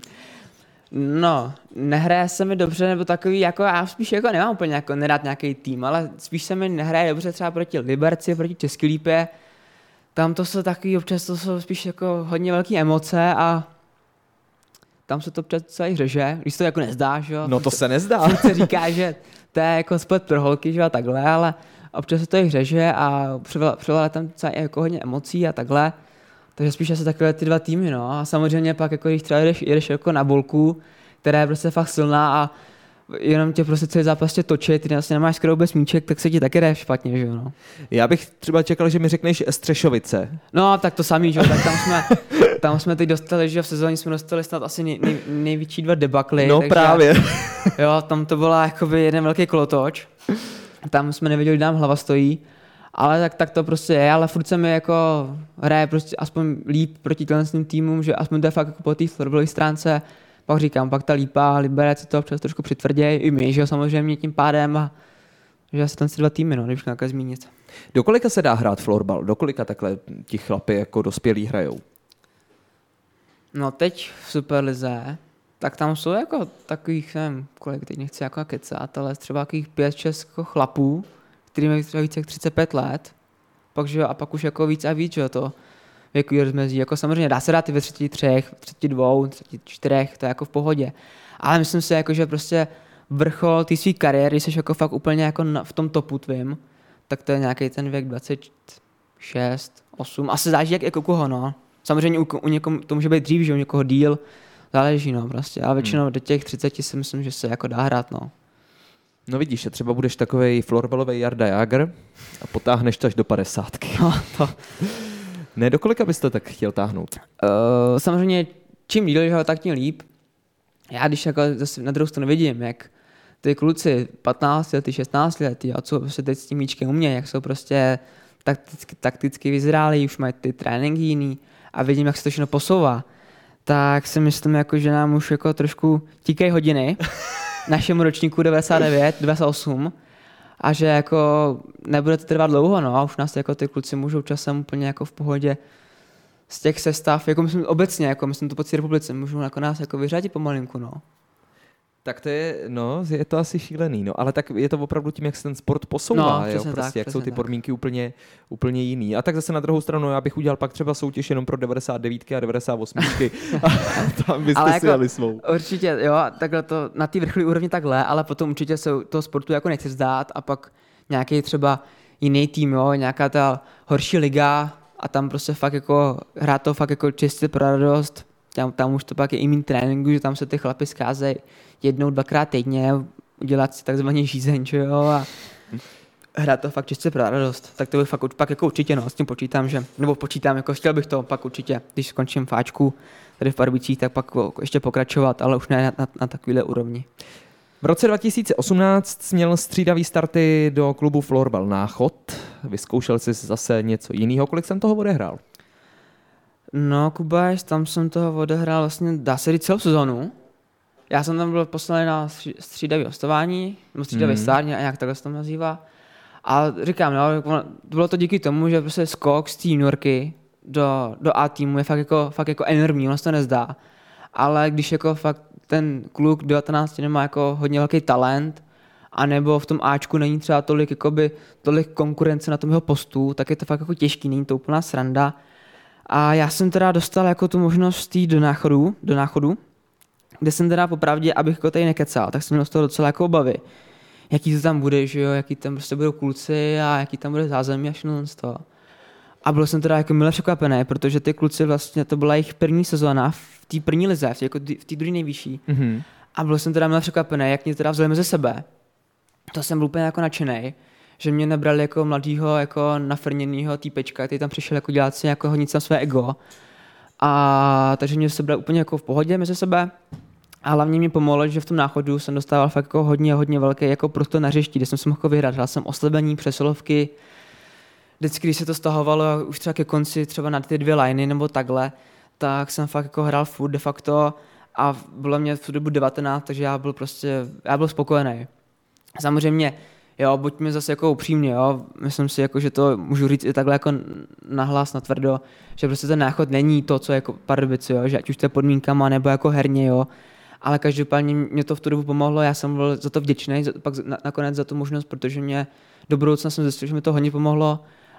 No, nehraje se mi dobře, nebo takový, jako já spíš jako nemám úplně jako nerad nějaký tým, ale spíš se mi nehraje dobře třeba proti Liberci, proti České Lípě. Tam to jsou takový, občas to jsou spíš jako hodně velké emoce a tam se to občas celý řeže, když to jako nezdá, že jo. No to se nezdá. Se říká, že to je jako splet pro holky, že jo, a takhle, ale občas se to jich řeže a převládá tam celý jako hodně emocí a takhle. Takže spíš asi takové ty dva týmy, no. A samozřejmě pak, jako když třeba jdeš, jdeš jako na bolku, která je prostě fakt silná a jenom tě prostě celý zápas tě točí, ty vlastně nemáš skoro vůbec míček, tak se ti taky jde špatně, že jo, no. Já bych třeba čekal, že mi řekneš Střešovice. No, tak to samý, že jo, tak tam jsme, tam jsme teď dostali, že v sezóně jsme dostali snad asi nej, nej, největší dva debakly. No takže, právě. Jo, tam to byla jakoby jeden velký kolotoč. Tam jsme nevěděli, kde nám hlava stojí. Ale tak, tak to prostě je, ale furt se mi jako hraje prostě aspoň líp proti těmhle týmům, že aspoň to je fakt jako po té florbalové stránce. Pak říkám, pak ta Lípa, Liberec si to občas trošku přitvrdějí, i my, že jo, samozřejmě tím pádem a že asi ten si dva týmy, no, když nějaké zmínit. Do kolika se dá hrát florbal? Do kolika takhle ti chlapi jako dospělí hrajou? No teď v Superlize, tak tam jsou jako takových, nevím, kolik teď nechci jako kecat, ale třeba takových pět, šest chlapů, který mají třeba více jak třicet pět let, pak, že, a pak už jako víc a víc, že to věkový rozmezí, jako samozřejmě dá se dát i ve třiceti třech, třiceti dvou, třiceti čtyřech, to je jako v pohodě, ale myslím si, jako, že prostě vrchol té své kariéry, jsi jako fakt úplně jako na, v tom topu tvým, tak to je nějaký ten věk dvacet šest, osm, asi záleží jak, jak u koho, no. Samozřejmě u, u někoho to může být dřív, že u někoho díl, záleží, no, prostě, ale většinou hmm. do těch třiceti si myslím, že se jako dá hrát, no. No vidíš, třeba budeš takovej florbalový Jarda Jágr a potáhneš to až do padesátky. No, to. Ne, do kolika byste tak chtěl táhnout? Uh, samozřejmě čím díl, že ho tak tím líp. Já když jako zase na druhou stranu vidím, jak ty kluci patnáct lety, šestnáct let, a co prostě teď s tím míčkem umějí, jak jsou prostě takticky, takticky vyzrálí, už mají ty tréninky jiný a vidím, jak se to všechno posouvá, tak si myslím, jako, že nám už jako trošku tíkají hodiny našemu ročníku devadesát devět, devadesát osm a že jako nebude to trvat dlouho, no a už nás jako ty kluci můžou časem úplně jako v pohodě z těch sestav, jako myslím obecně, jako myslím to po celé republice, můžou jako nás jako vyřadit pomalinku, no. Tak to je, no, je to asi šílený, no, ale tak je to opravdu tím, jak se ten sport posouvá, no, jo, prostě, tak, jak jsou ty tak. podmínky úplně, úplně jiný. A tak zase na druhou stranu, já bych udělal pak třeba soutěž jenom pro devadesát devět a devadesát osm a tam byste ale si jako, dali svou. Určitě, jo, takhle to na té vrcholové úrovni takhle, ale potom určitě se toho sportu jako nechci vzdát a pak nějaký třeba jiný tým, jo, nějaká ta horší liga a tam prostě fakt jako hrát to fakt jako čistě pro radost. Tam, tam už to pak je i mít tréninku, že tam se ty chlapy scházejí jednou, dvakrát týdně, udělat si takzvaný žízeň, že jo, a hrát to fakt čistě pro radost. Tak to bych fakt pak jako určitě, no, s tím počítám, že, nebo počítám, jako chtěl bych to pak určitě, když skončím fáčku tady v Pardubicích, tak pak ještě pokračovat, ale už ne na, na, na takovýhle úrovni. V roce dva tisíce osmnáct měl střídavý starty do klubu Florbal Náchod. Vyzkoušel jsi zase něco jiného. Kolik jsem toho odehrál? No, Kubáš, tam jsem toho odehrál vlastně, dá se říct, celou sezonu. Já jsem tam byl poslaný na střídavý hostování, nebo střídavý mm. start, nějak takhle se to nazývá. A říkám, no, bylo to díky tomu, že prostě skok z té juniorky do, do A týmu je fakt jako, fakt jako enormní, ono se to nezdá. Ale když jako fakt ten kluk devatenáct nemá jako hodně velký talent, anebo v tom Ačku není třeba tolik, jakoby, tolik konkurence na tom jeho postu, tak je to fakt jako těžký, není to úplná sranda. A já jsem teda dostal jako tu možnost jít do náchodu, do náchodu, kde jsem teda popravdě, abych jako tady nekecal, tak jsem měl z toho docela jako obavy. Jaký to tam bude, že jo, jaký tam prostě budou kluci a jaký tam bude zázemí a všechno z toho. A byl jsem teda jako mile překvapený, protože ty kluci vlastně, to byla jejich první sezóna v té první lize, jako v té druhé nejvyšší. Mm-hmm. A byl jsem teda mile překvapený, jak mě teda vzali mezi sebe. To jsem byl úplně jako nadšenej, že mě nebrali jako mladýho, jako nafrněnýho týpečka, který tam přišel jako dělat si jako hodnit své ego. A takže mě se brali úplně jako v pohodě mezi sebe. A hlavně mi pomohlo, že v tom náchodu jsem dostával fakt jako hodně, hodně velký jako prostor na hřišti, kde jsem se mohl jako vyhrát. Hrál jsem oslabení, přesilovky. Vždycky, když se to stahovalo už třeba ke konci, třeba na ty dvě liney nebo takhle, tak jsem fakt jako hrál furt de facto a bylo mě v tu dobu devatenáct, takže já byl prostě, já byl spokojený. Samozřejmě, jo, buďme zase jako upřímně, jo, myslím si, jako, že to můžu říct i takhle jako nahlas, natvrdo, že prostě ten náchod není to, co je jako Pardubice, jo, že ať už to je podmínkama nebo jako herně, jo, ale každopádně mě to v tu dobu pomohlo, já jsem byl za to vděčný, pak nakonec za tu možnost, protože mě do budoucna jsem zjistil, že mi to hodně pomohlo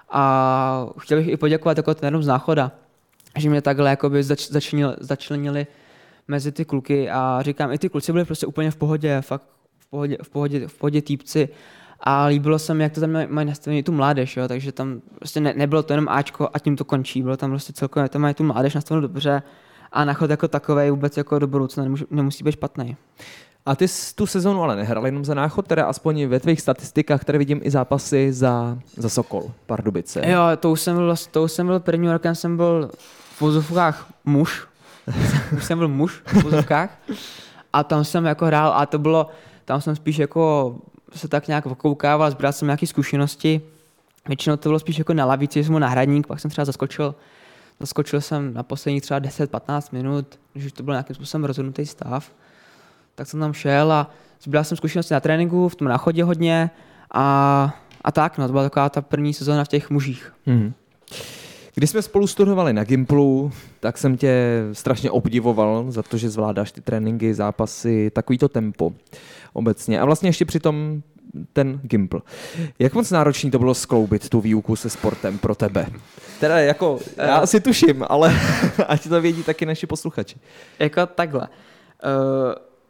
a chtěl bych i poděkovat jako trenérům z Náchoda, že mě takhle jakoby zač, začlenili, začlenili mezi ty kluky a říkám, i ty kluci byli prostě úplně v pohodě, fakt v pohodě, v pohodě, v pohodě týpci a líbilo se mi, jak to tam mají nastavený tu mládež, jo, takže tam prostě ne, nebylo to jenom Ačko a tím to končí, bylo tam prostě celkově, tam mají tu mládež nastavenou dobře a Náchod jako takovej vůbec jako do budoucna nemusí, nemusí být špatný. A ty jsi tu sezonu ale nehrál jenom za Náchod, teda aspoň ve tvých statistikách, které vidím i zápasy za, za Sokol, Pardubice. Jo, to už jsem byl, to už jsem byl prvním rokem, jsem byl v vozovkách muž, už jsem byl muž v vozovkách a tam jsem jako hrál a to bylo, tam jsem spíš jako se tak nějak okoukával, zbral jsem nějaké zkušenosti, většinou to bylo spíš jako na lavici, že jsem byl náhradník, pak jsem třeba zaskočil, zaskočil jsem na posledních třeba deset patnáct minut, když už to byl nějakým způsobem rozhodnutý stav. Tak jsem tam šel a zbral jsem zkušenosti na tréninku, v tom Náchodě hodně a, a tak, no, to byla taková ta první sezóna v těch mužích. Mm-hmm. Když jsme spolu studovali na Gimplu, tak jsem tě strašně obdivoval za to, že zvládáš ty tréninky, zápasy, takovýto tempo obecně. A vlastně ještě přitom ten Gimpl. Jak moc náročný to bylo skloubit tu výuku se sportem pro tebe? Teda jako, já asi tuším, ale ať to vědí taky naši posluchači. Jako takhle. Uh...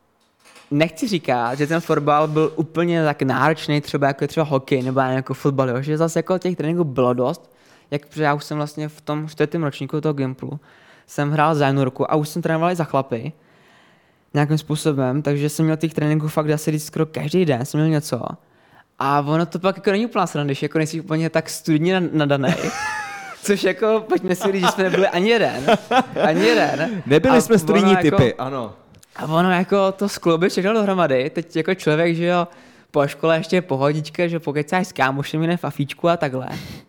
Nechci říkat, že ten fotbal byl úplně tak náročný, třeba jako třeba hokej nebo jako fotbal, jo? Že zase jako těch tréninků bylo dost, jak já už jsem vlastně v tom čtvrtém ročníku toho Gimplu jsem hrál za juniorku a už jsem trénoval i za chlapy nějakým způsobem, takže jsem měl těch tréninků fakt dá se říct skoro každý den, jsem měl něco a ono to pak jako není úplná sranda, když jako nejsi úplně tak studijně nadanej, Což jako, pojďme si říct, že jsme nebyli ani jeden. Ani jeden. Nebyli a jsme studijní jako, typy, ano. A ono jako to skloubit všechno dohromady. Teď jako člověk, že jo, po škole ještě pohodička, že pokecáš s kámošem, jde v afíčku a takhle.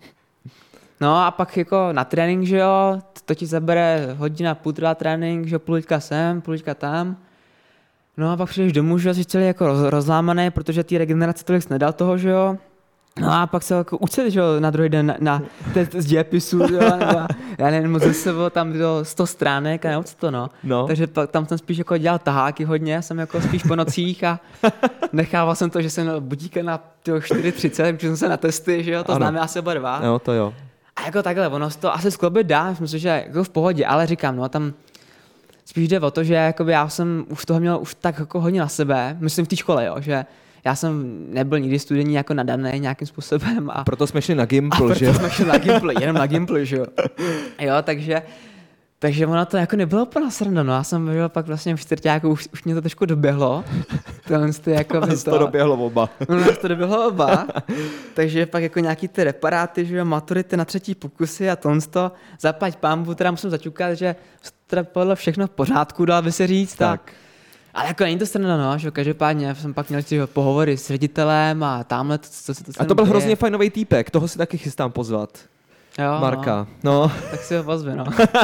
No a pak jako na trénink, že jo, to ti zabere hodina, půl trvá trénink, že jo, půlka sem, půlka tam. No a pak přijdeš domů, že jo, jsi celý jako roz, rozlámaný, protože ty regenerace tolik nedal toho, že jo. No a pak se jako učit, že jo, na druhý den na, na test z dějepisu, jo, nebo já nevím, moc ze sebou, tam bylo sto stránek a neuč to, no. no. Takže pak, tam jsem spíš jako dělal taháky hodně, jsem jako spíš po nocích a nechával jsem to, že jsem měl budíka na čtyři třicet, protože jsem se na testy, že jo, to ano. Známe asi oba dva. Jo, to jo. A jako takhle, ono to asi skloubit dá, myslím, že jako v pohodě, ale říkám, no tam spíš jde o to, že jakoby já jsem už toho měl už tak jako hodně na sebe, myslím v té škole, jo, že já jsem nebyl nikdy studijní jako nadaný nějakým způsobem. A proto jsme šli na Gimpl, že jo? proto jsme šli na Gimpl, jenom na Gimpl, že jo. Jo, takže, takže ono to jako nebylo úplně sranda, no. Já jsem jo, pak vlastně v čtvrťáku už, už mě to trošku doběhlo. Tohle to jako nás to doběhlo oba. No, nás to doběhlo oba. Takže pak jako nějaký ty reparáty, že jo, maturity na třetí pokusy a tohle to. Zaplať pánbu, teda musím začukat, že teda podle všechno v pořádku, dal by se říct. Tak. Ale jako není to strana, no, že každopádně jsem pak měl ty pohovory s ředitelem a tamhle to, co se to A to byl děje. Hrozně fajnový týpek, toho si taky chystám pozvat. Jo, Marka, no. no. Tak si ho pozvi, no.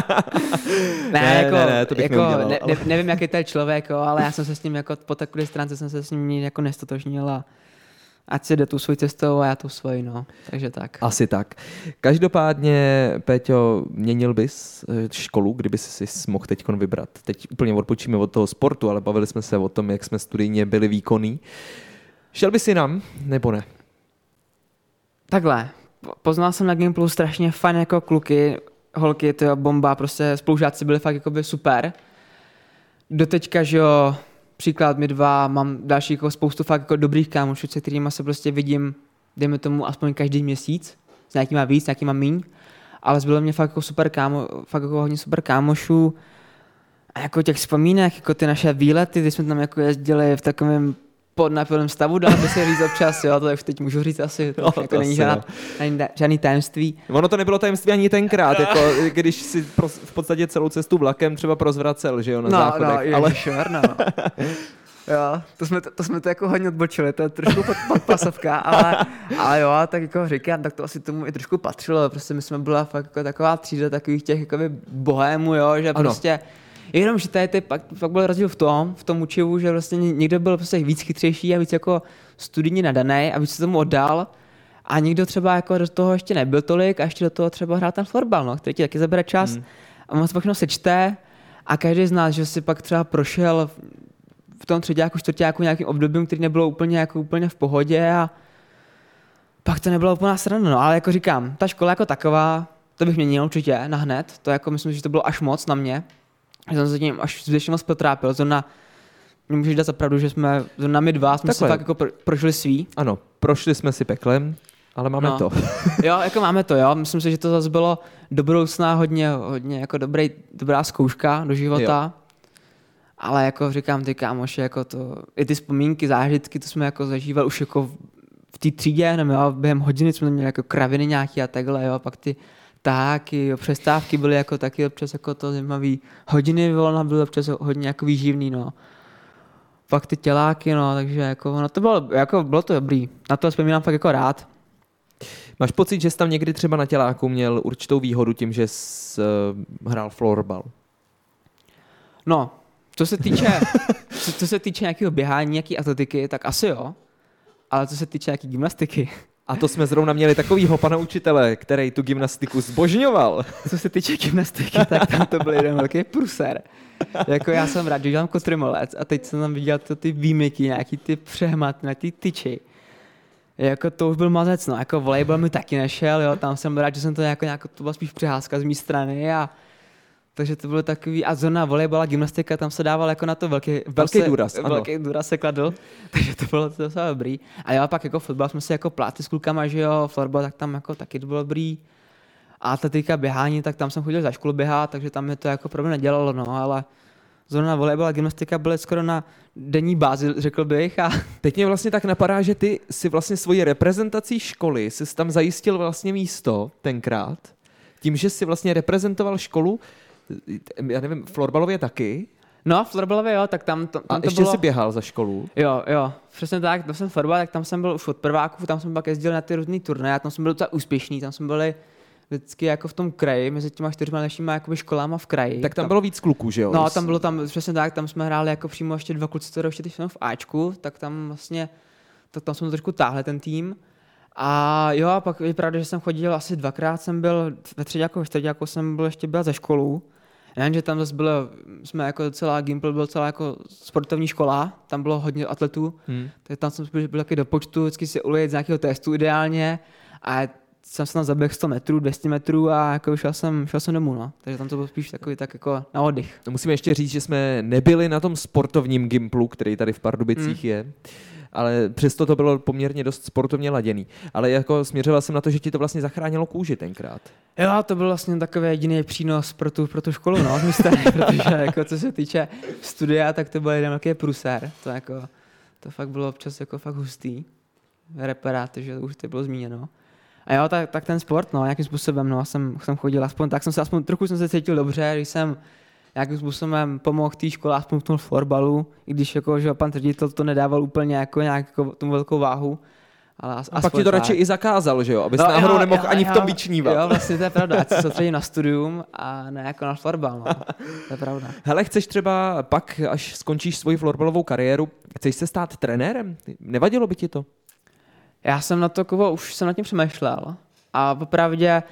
ne, ne, jako, ne, ne, to bych jako, neudělal, ne, ale... ne, nevím, jaký to je člověk, jo, ale já jsem se s ním jako po takové stránce jsem se s ním jako nestotožnil a ať si jde tu svojí cestou a já tu svoji, no. Takže tak. Asi tak. Každopádně, Péťo, měnil bys školu, kdyby jsi si mohl teď vybrat. Teď úplně odpočíme od toho sportu, ale bavili jsme se o tom, jak jsme studijně byli výkonní. Šel bys jinam, nebo ne? Takhle. Poznal jsem na Gimplu strašně fajn jako kluky, holky, to je bomba, prostě spolužáci byli fakt jakoby super. Doteďka, že jo, příklad my dva, mám další jako spoustu fakt jako dobrých kámošů, se kterými se prostě vidím, dejme tomu aspoň každý měsíc, s nějakýma víc, s nějakýma míň, ale zbylo mě fakt jako super kámo, fakt jako hodně super kámošů a jako těch vzpomínek, jako ty naše výlety, kdy jsme tam jako jezdili v takovém podnapilém stavu, dá by se říct občas, jo, to už teď můžu říct asi, to, no, jako to není žádná, žádný tajemství. Ono to nebylo tajemství ani tenkrát, jako když si pro, v podstatě celou cestu vlakem třeba prozvracel, že jo, na no, záchodech. No, ale no. Jo, to jsme to, to jsme to jako hodně odbočili, to je trošku pod, podpasovka, ale, ale jo, tak jako říkám, tak to asi tomu i trošku patřilo, prostě my jsme byla fakt jako taková třída takových těch jakoby bohémů, jo, že ano. Prostě jenom, že tady ty, pak, pak byl rozdíl v tom, v tom učivu, že vlastně někdo byl prostě víc chytřejší a víc jako studijně nadaný a víc se tomu oddal a někdo třeba jako do toho ještě nebyl tolik a ještě do toho třeba hrál ten florbal, no, který ti taky zabere čas hmm. a on se pak sečte a každý z nás, že si pak třeba prošel v tom třetíku, čtvrtíku nějakým obdobím, který nebylo úplně jako úplně v pohodě a pak to nebylo úplná sranda, no, ale jako říkám, ta škola jako taková, to bych měnil určitě nahned, to jako myslím, že to bylo až moc na mě. Že jsem se tím až zbytečně moc potrápil. Zrovna, můžeš dát zapravdu, že jsme, zrovna my dva, jsme Takhle. si fakt jako pro, prošli svý. Ano, prošli jsme si peklem, ale máme no. to. Jo, jako máme to, jo. Myslím si, že to zase bylo do budoucna hodně, hodně jako dobrý, dobrá zkouška do života. Jo. Ale jako říkám, ty kámoši, jako to, i ty vzpomínky, zážitky, to jsme jako zažívali už jako v té třídě, nevím, jo, během hodiny jsme měli jako kraviny nějaký a takhle, jo, pak ty taky, jo, přestávky byly jako taky občas jako to zajímavý, hodiny volna byly občas hodně jako výživný, no. Pak ty těláky, no, takže jako, no to bylo, jako bylo to dobrý, na to vzpomínám fakt jako rád. Máš pocit, že jsi tam někdy třeba na těláku měl určitou výhodu tím, že jsi uh, hrál florbal? No, co se týče, co, co se týče nějakého běhání, nějaký atletiky, tak asi jo, ale co se týče nějaký gymnastiky, a to jsme zrovna měli takovýho pana učitele, který tu gymnastiku zbožňoval. Co se týče gymnastiky, tak tam to byl jeden velký pruser. Jako já jsem rád, že dělám kotrmolec a teď jsem tam viděl to, ty výmyky, nějaký ty přehmaty, na ty tyči. Jako to už byl mazec, no, jako volejbal mi taky nešel, jo, tam jsem rád, že jsem to jako nějak, to byla spíš přiházka z mé strany a takže to bylo takový, a zóna volejbala, gymnastika, tam se dával jako na to velký, velký se, důraz, ano. Velký důraz se kladl, takže to bylo to docela dobrý. A jo, pak jako fotbal jsme si jako plátli s klukama, že jo, florbal, tak tam jako taky to bylo dobrý. A atletika, běhání, tak tam jsem chodil za školu běhat, takže tam mi to jako problém nedělalo, no, ale zóna volejbal a gymnastika byly skoro na denní bázi, řekl bych. A teď mě vlastně tak napadá, že ty si vlastně svoji reprezentací školy jsi tam zajistil vlastně místo tenkrát, tím, že jsi vlastně reprezentoval školu, já nevím, florbalově taky? No, florbalově jo, tak tam, tam, tam a to ještě bylo... jsi běhal za školu? Jo, jo, přesně tak, to jsem florbal, tak tam jsem byl už od prváků, tam jsem pak jezdil na ty různý turnaje, tam jsem byl docela úspěšný, tam jsme byli vždycky jako v tom kraji, mezi těma čtyřma dalšíma jakoby školama v kraji. Tak tam bylo víc kluků, že jo? No, tam bylo tam, přesně tak, tam jsme hráli jako přímo ještě dva kluci, které ještě teď jsou v Ačku, tak tam vlastně, tak tam jsme trošku táhli ten tým. A jo, a pak je pravda, že jsem chodil asi dvakrát, jsem byl ve třetíku, ve čtvrtíku jsem byl ještě byl ze školu. Jenže tam zase bylo, jsme jako docela, Gimpl byl celá jako sportovní škola, tam bylo hodně atletů, hmm. tak tam jsem byl, byl taky do počtu, vždycky si ulijet z nějakého testu ideálně a jsem se tam zaběhl sto metrů, dvě stě metrů a jako šel jsem, šel jsem domů, no. Takže tam to bylo spíš takový tak jako na oddych. Musíme ještě říct, že jsme nebyli na tom sportovním Gimplu, který tady v Pardubicích hmm. je, ale přesto to bylo poměrně dost sportovně laděný. Ale jako směřoval jsem na to, že ti to vlastně zachránilo kůži tenkrát. Jo, to byl vlastně takový jediný přínos pro tu, pro tu školu, no, z místa, protože jako co se týče studia, tak to byl jeden velký prusér. To jako, to fakt bylo občas jako fakt hustý. Reparát, že už to bylo zmíněno. A jo, tak, tak ten sport, no, nějakým způsobem, no, jsem, jsem chodil aspoň, tak jsem se aspoň trochu jsem se cítil dobře, když jsem nějakým způsobem pomohl té škole, aspoň v tom florbalu, i když jako, že pan ředitel to nedával úplně jako nějak jako tomu velkou váhu. Ale as, a pak ti to radši i zakázal, že jo? Abys no, náhodou jo, nemohl jo, ani jo, v tom vyčnívat. Jo, vlastně to je pravda, ať se soustředím na studium a ne jako na florbal, no. To je pravda. Hele, chceš třeba pak, až skončíš svoji florbalovou kariéru, chceš se stát trenérem? Nevadilo by ti to? Já jsem na to, kovo, už jsem nad tím přemýšlel a popravdě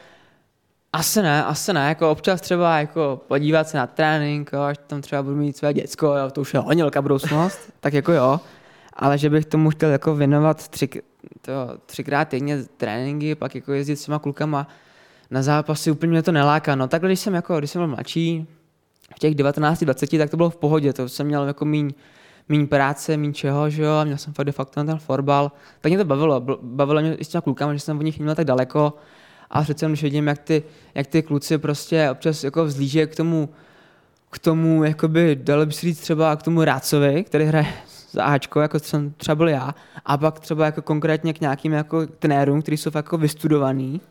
asi ne, asi ne, jako občas třeba jako podívat se na trénink, jo, až tam třeba budu mít své děcko, jo, to už je hodně velká budoucnost, tak jako jo, ale že bych tomu chtěl jako věnovat tři, to, třikrát týdně tréninky, pak jako jezdit s těma klukama na zápasy, úplně mě to neláká, no takhle když jsem jako, když jsem byl mladší, v těch devatenácti dvaceti, tak to bylo v pohodě, to jsem měl jako míň, míň práce, míň čeho, že jo, a měl jsem fakt de facto na ten florbal, tak mě to bavilo, bavilo mě i s těma klukama, že jsem od nich měl tak daleko. A přece když vidím, jak ty, jak ty kluci prostě občas jako vzlíží k tomu, k tomu, jakoby, dalo by si říct třeba k tomu Rácovi, který hraje za Ačko, jako jsem třeba byl já, a pak třeba jako konkrétně k nějakým jako trenérům, kteří jsou jako vystudovaný.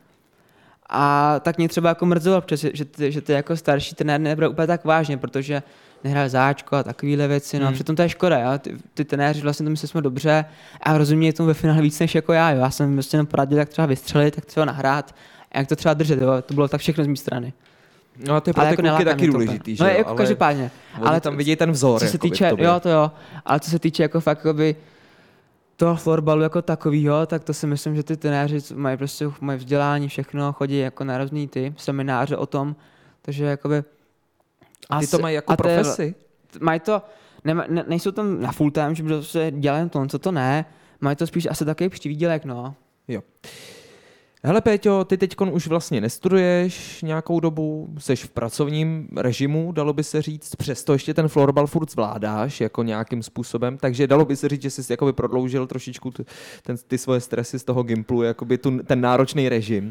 A tak mě třeba jako mrzelo, že, že, ty, že ty jako starší trenér nebyl úplně tak vážně, protože nehraje za Ačko a takovéhle věci, no hmm. přitom to je škoda, jo? Ty, ty trenéři vlastně to myslí jsme dobře a rozumějí tomu ve finále víc než jako já, jo? Já jsem vlastně jenom poradil, jak třeba vystřelit, jak třeba nahrát a jak to třeba držet, jo? To bylo tak všechno z mé strany. No a to je pro ty jako kluky taky důležitý, že no, jo? jako ale každopádně. Ale tam vidějí ten vzor. Co se týče, jo to jo, ale co se týče jako fakt jakoby toho florbalu jako takovýho, tak to si myslím, že ty trenéři mají prostě mají vzdělání, všechno, chodí jako na různý ty semináře o tom, takže jakoby a ty to mají jako profesi? Mají to, ne, ne, nejsou tam na full time, že by se dělají to, co to ne, mají to spíš asi takový přivídělek, no. Jo. Hele Péťo, ty teďkon už vlastně nestuduješ nějakou dobu, seš v pracovním režimu, dalo by se říct, přesto ještě ten florbal furt zvládáš jako nějakým způsobem, takže dalo by se říct, že jsi jakoby prodloužil trošičku ty, ten, ty svoje stresy z toho Gimplu, jakoby tu, ten náročný režim.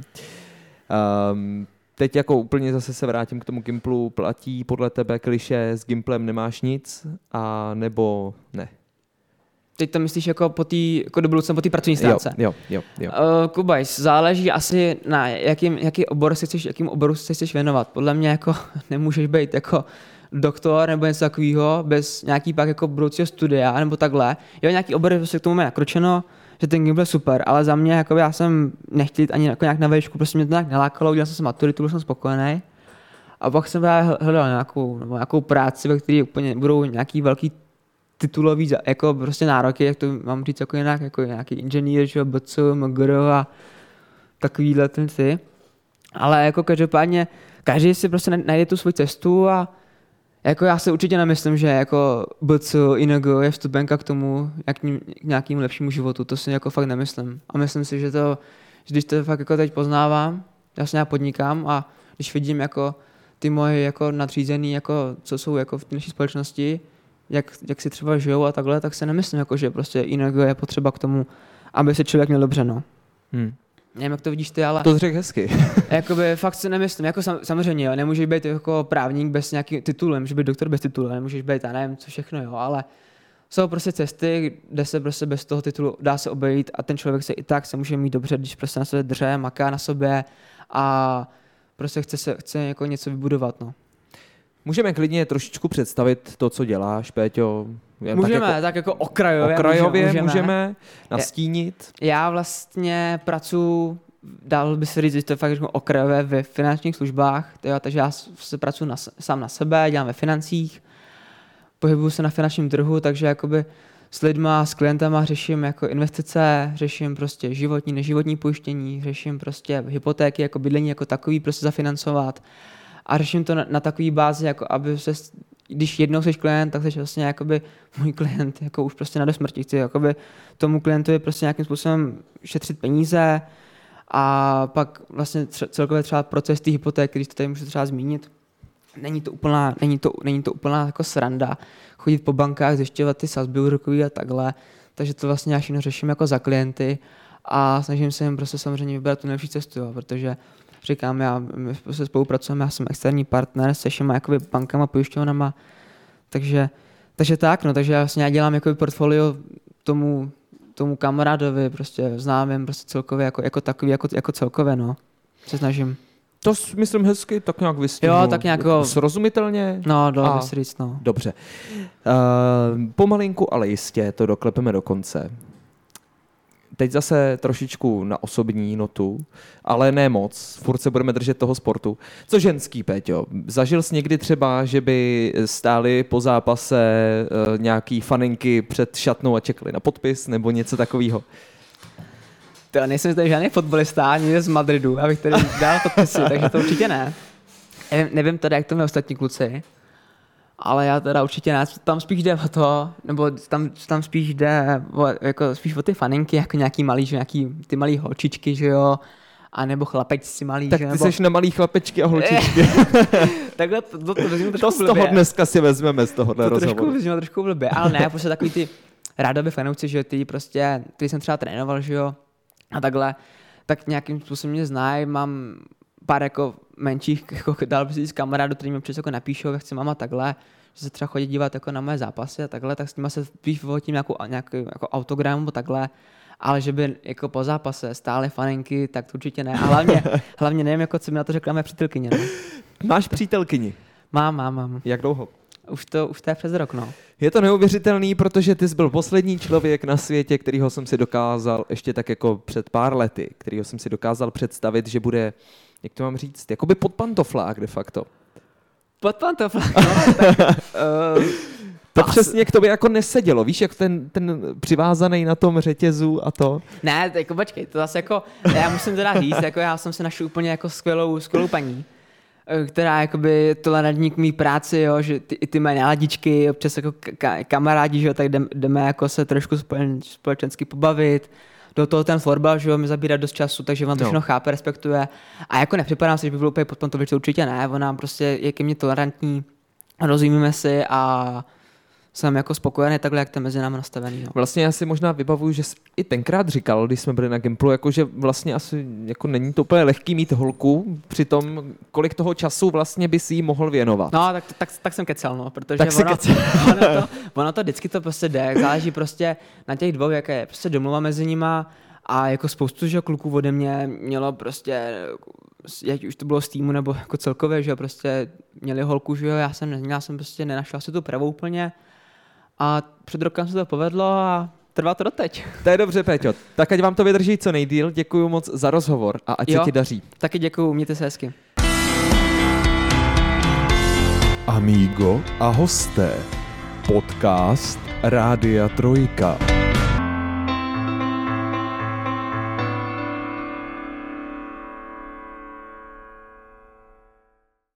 Um, teď jako úplně zase se vrátím k tomu Gimplu, platí podle tebe klišé, s Gimplem nemáš nic, a nebo ne? Teď to myslíš jako po té, jako do budoucna po té pracovní stránce? Jo, jo, jo. Uh, Kubajs, záleží asi na jakým, jaký obor se chceš, jakým oboru se chceš věnovat. Podle mě jako nemůžeš být jako doktor nebo něco takového bez nějaký pak jako budoucího studia nebo takhle. Jo, nějaký obor se k tomu má nakročeno, že ten Gimpl je super, ale za mě jako já jsem nechtěl jít ani jako nějak na vejšku, prostě mě to nějak nelákalo, udělal jsem si maturitu, byl jsem spokojený. A pak jsem hledal nějakou, nebo nějakou práci, ve které úplně budou nějaký velký titulový jako prostě nároky, jak to mám říct jako jinak, jako nějaký inženýr, že B C, M G R a takovýhle ten ty. Ale jako každopádně každý si prostě najde tu svou cestu a jako já se určitě nemyslím, že jako B C, I N G je vstupenka k tomu, jak k nějakému lepšímu životu, to si jako fakt nemyslím. A myslím si, že to, že když to fakt jako teď poznávám, já se nějak podnikám a když vidím jako ty moje jako nadřízený, jako co jsou jako v té naší společnosti, Jak, jak si třeba žijou a takhle, tak se nemyslím, jako, že prostě jiného je potřeba k tomu, aby se člověk měl dobře, no. Hmm. Nevím, jak to vidíš ty, ale... To řekl hezky. Jakoby fakt si nemyslím, jako sam, samozřejmě, jo, nemůžeš být jako právník bez nějakým titulem, můžeš být doktor bez titulu, nemůžeš být, já nevím, co všechno, jo, ale jsou prostě cesty, kde se prostě bez toho titulu dá se obejít a ten člověk se i tak se může mít dobře, když prostě na sebe drže, maká na sobě a prostě chce, se, chce jako něco vybudovat, no. Můžeme klidně trošičku představit to, co děláš, Péťo? Jen Můžeme, tak jako, tak jako okrajově. okrajově můžeme, můžeme nastínit. Já vlastně pracuji, dal by se říct, že to je fakt jako okrajové ve finančních službách, tyjo, takže já se pracuji na, sám na sebe, dělám ve financích, pohybuju se na finančním trhu, takže jakoby s lidma, s klientama řeším jako investice, řeším prostě životní, neživotní pojištění, řeším prostě hypotéky, jako bydlení jako takový prostě zafinancovat a řeším to na, na takový bázi, jako aby se, když jednou jsi klient, tak jsi vlastně jakoby můj klient jako už prostě na do smrti. Chci jakoby tomu klientovi prostě nějakým způsobem šetřit peníze a pak vlastně tře- celkově třeba proces té hypotéky, když to tady můžu třeba zmínit, není to úplná, není to, není to úplná jako sranda chodit po bankách, zjišťovat ty sazby úrokový a takhle, takže to vlastně já všechno řeším jako za klienty a snažím se jim prostě samozřejmě vybrat tu nejlepší cestu, jo, protože říkám, já, my se spolupracujeme, já jsem externí partner se všema jakoby bankama, pojišťovnama, takže, takže tak, no, takže já vlastně já dělám jakoby portfolio tomu, tomu kamarádovi, prostě známým, prostě celkově jako, jako takový, jako, jako celkově, no, se snažím. To myslím hezky, tak nějak vystihnu. Jo, tak nějak jako srozumitelně. No, dalo A- by se říct, no. Dobře. Uh, pomalinku, ale jistě to doklepeme do konce. Teď zase trošičku na osobní notu, ale ne moc. Furt se budeme držet toho sportu. Co ženský, Péťo? Zažil jsi někdy třeba, že by stáli po zápase uh, nějaký faninky před šatnou a čekali na podpis nebo něco takového? To nejsem tady žádný fotbalista, ani z Madridu, abych tady dal podpisy, takže to určitě ne. Nevím, nevím teda, jak to mají ostatní kluci, ale já teda určitě ne. Tam spíš jde o to, nebo tam, tam spíš jde o, jako spíš o ty faninky, jako nějaký malý, že nějaký ty malý holčičky, že jo, a nebo chlapečci malý, Tak že ty nebo... seš na malý chlapečky a holčičky. Takhle to, to, to vezmu To trošku z toho blbě. dneska si vezmeme z tohohle To trošku rozhovoru. vezmu trošku blbě, ale ne, prostě takový ty rádoby fanouci, že ty prostě, ty jsem třeba trénoval, že jo, a takhle, tak nějakým způsobem mě znají, mám pár jako menších, jako dal by si říct kamarádů, který mi občas jako napíšou, jak chci mama takhle, že se třeba chodí dívat jako na moje zápasy a takhle, tak s nimi se spíš vyhodím nějakou, nějaký jako autogram nebo takhle, ale že by jako po zápase stály faninky, tak to určitě ne. A hlavně, hlavně nevím, jako co mi na to řekla moje přítelkyně. No. Máš přítelkyni? Mám, mám, mám. Jak dlouho? Už to, už to je přes rok, no. Je to neuvěřitelný, protože ty jsi byl poslední člověk na světě, kterýho jsem si dokázal, ještě tak jako před pár lety, kterýho jsem si dokázal představit, že bude, jak to mám říct, jakoby pod pantoflák de facto. Pod pantoflák, no, tak, uh, To Pas. přesně k tobě jako nesedělo, víš, jak ten, ten přivázaný na tom řetězu a to. Ne, jako počkej, to zase jako, já musím teda říct, jako já jsem se našel úplně jako skvělou, skvělou paní, která jakoby tolerantní k mý práci, jo, že ty, i ty mé náladičky, občas jako ka- kamarádi, že jo, tak jdem, jdeme jako se trošku spolen, společensky pobavit, do toho ten florbal, že jo, mi zabírá dost času, takže on to No. všechno chápe, respektuje a jako nepřipadám se, že by byl úplně pod pantovič, to určitě ne, ona prostě je ke mně tolerantní, rozumíme si a jsem jako spokojený takhle, jak to je mezi námi nastavený. No. Vlastně já si možná vybavuju, že jsi i tenkrát říkal, když jsme byli na Gimplu, jako že vlastně asi jako není to úplně lehký mít holku, přitom kolik toho času vlastně by si jí mohl věnovat. No, tak, tak, tak jsem kecel, no, protože Tak si ono, kecel. ono, to, ono to vždycky to prostě jde, záleží prostě na těch dvou, jaké je prostě domluva mezi nima a jako spoustu, že kluků ode mě mělo prostě, jak už to bylo z týmu nebo jako celkově, že jo, prostě měli holku, že jo, já jsem neměl, já jsem prostě nenašel si tu pravou úplně a před rokem se to povedlo a trvá to doteď. To je dobře, Péťo. Tak ať vám to vydrží co nejdýl. Děkuji moc za rozhovor a ať Jo. se ti daří. Taky děkuju, mějte se hezky. Amigo a hosté. Podcast Rádia Trojka.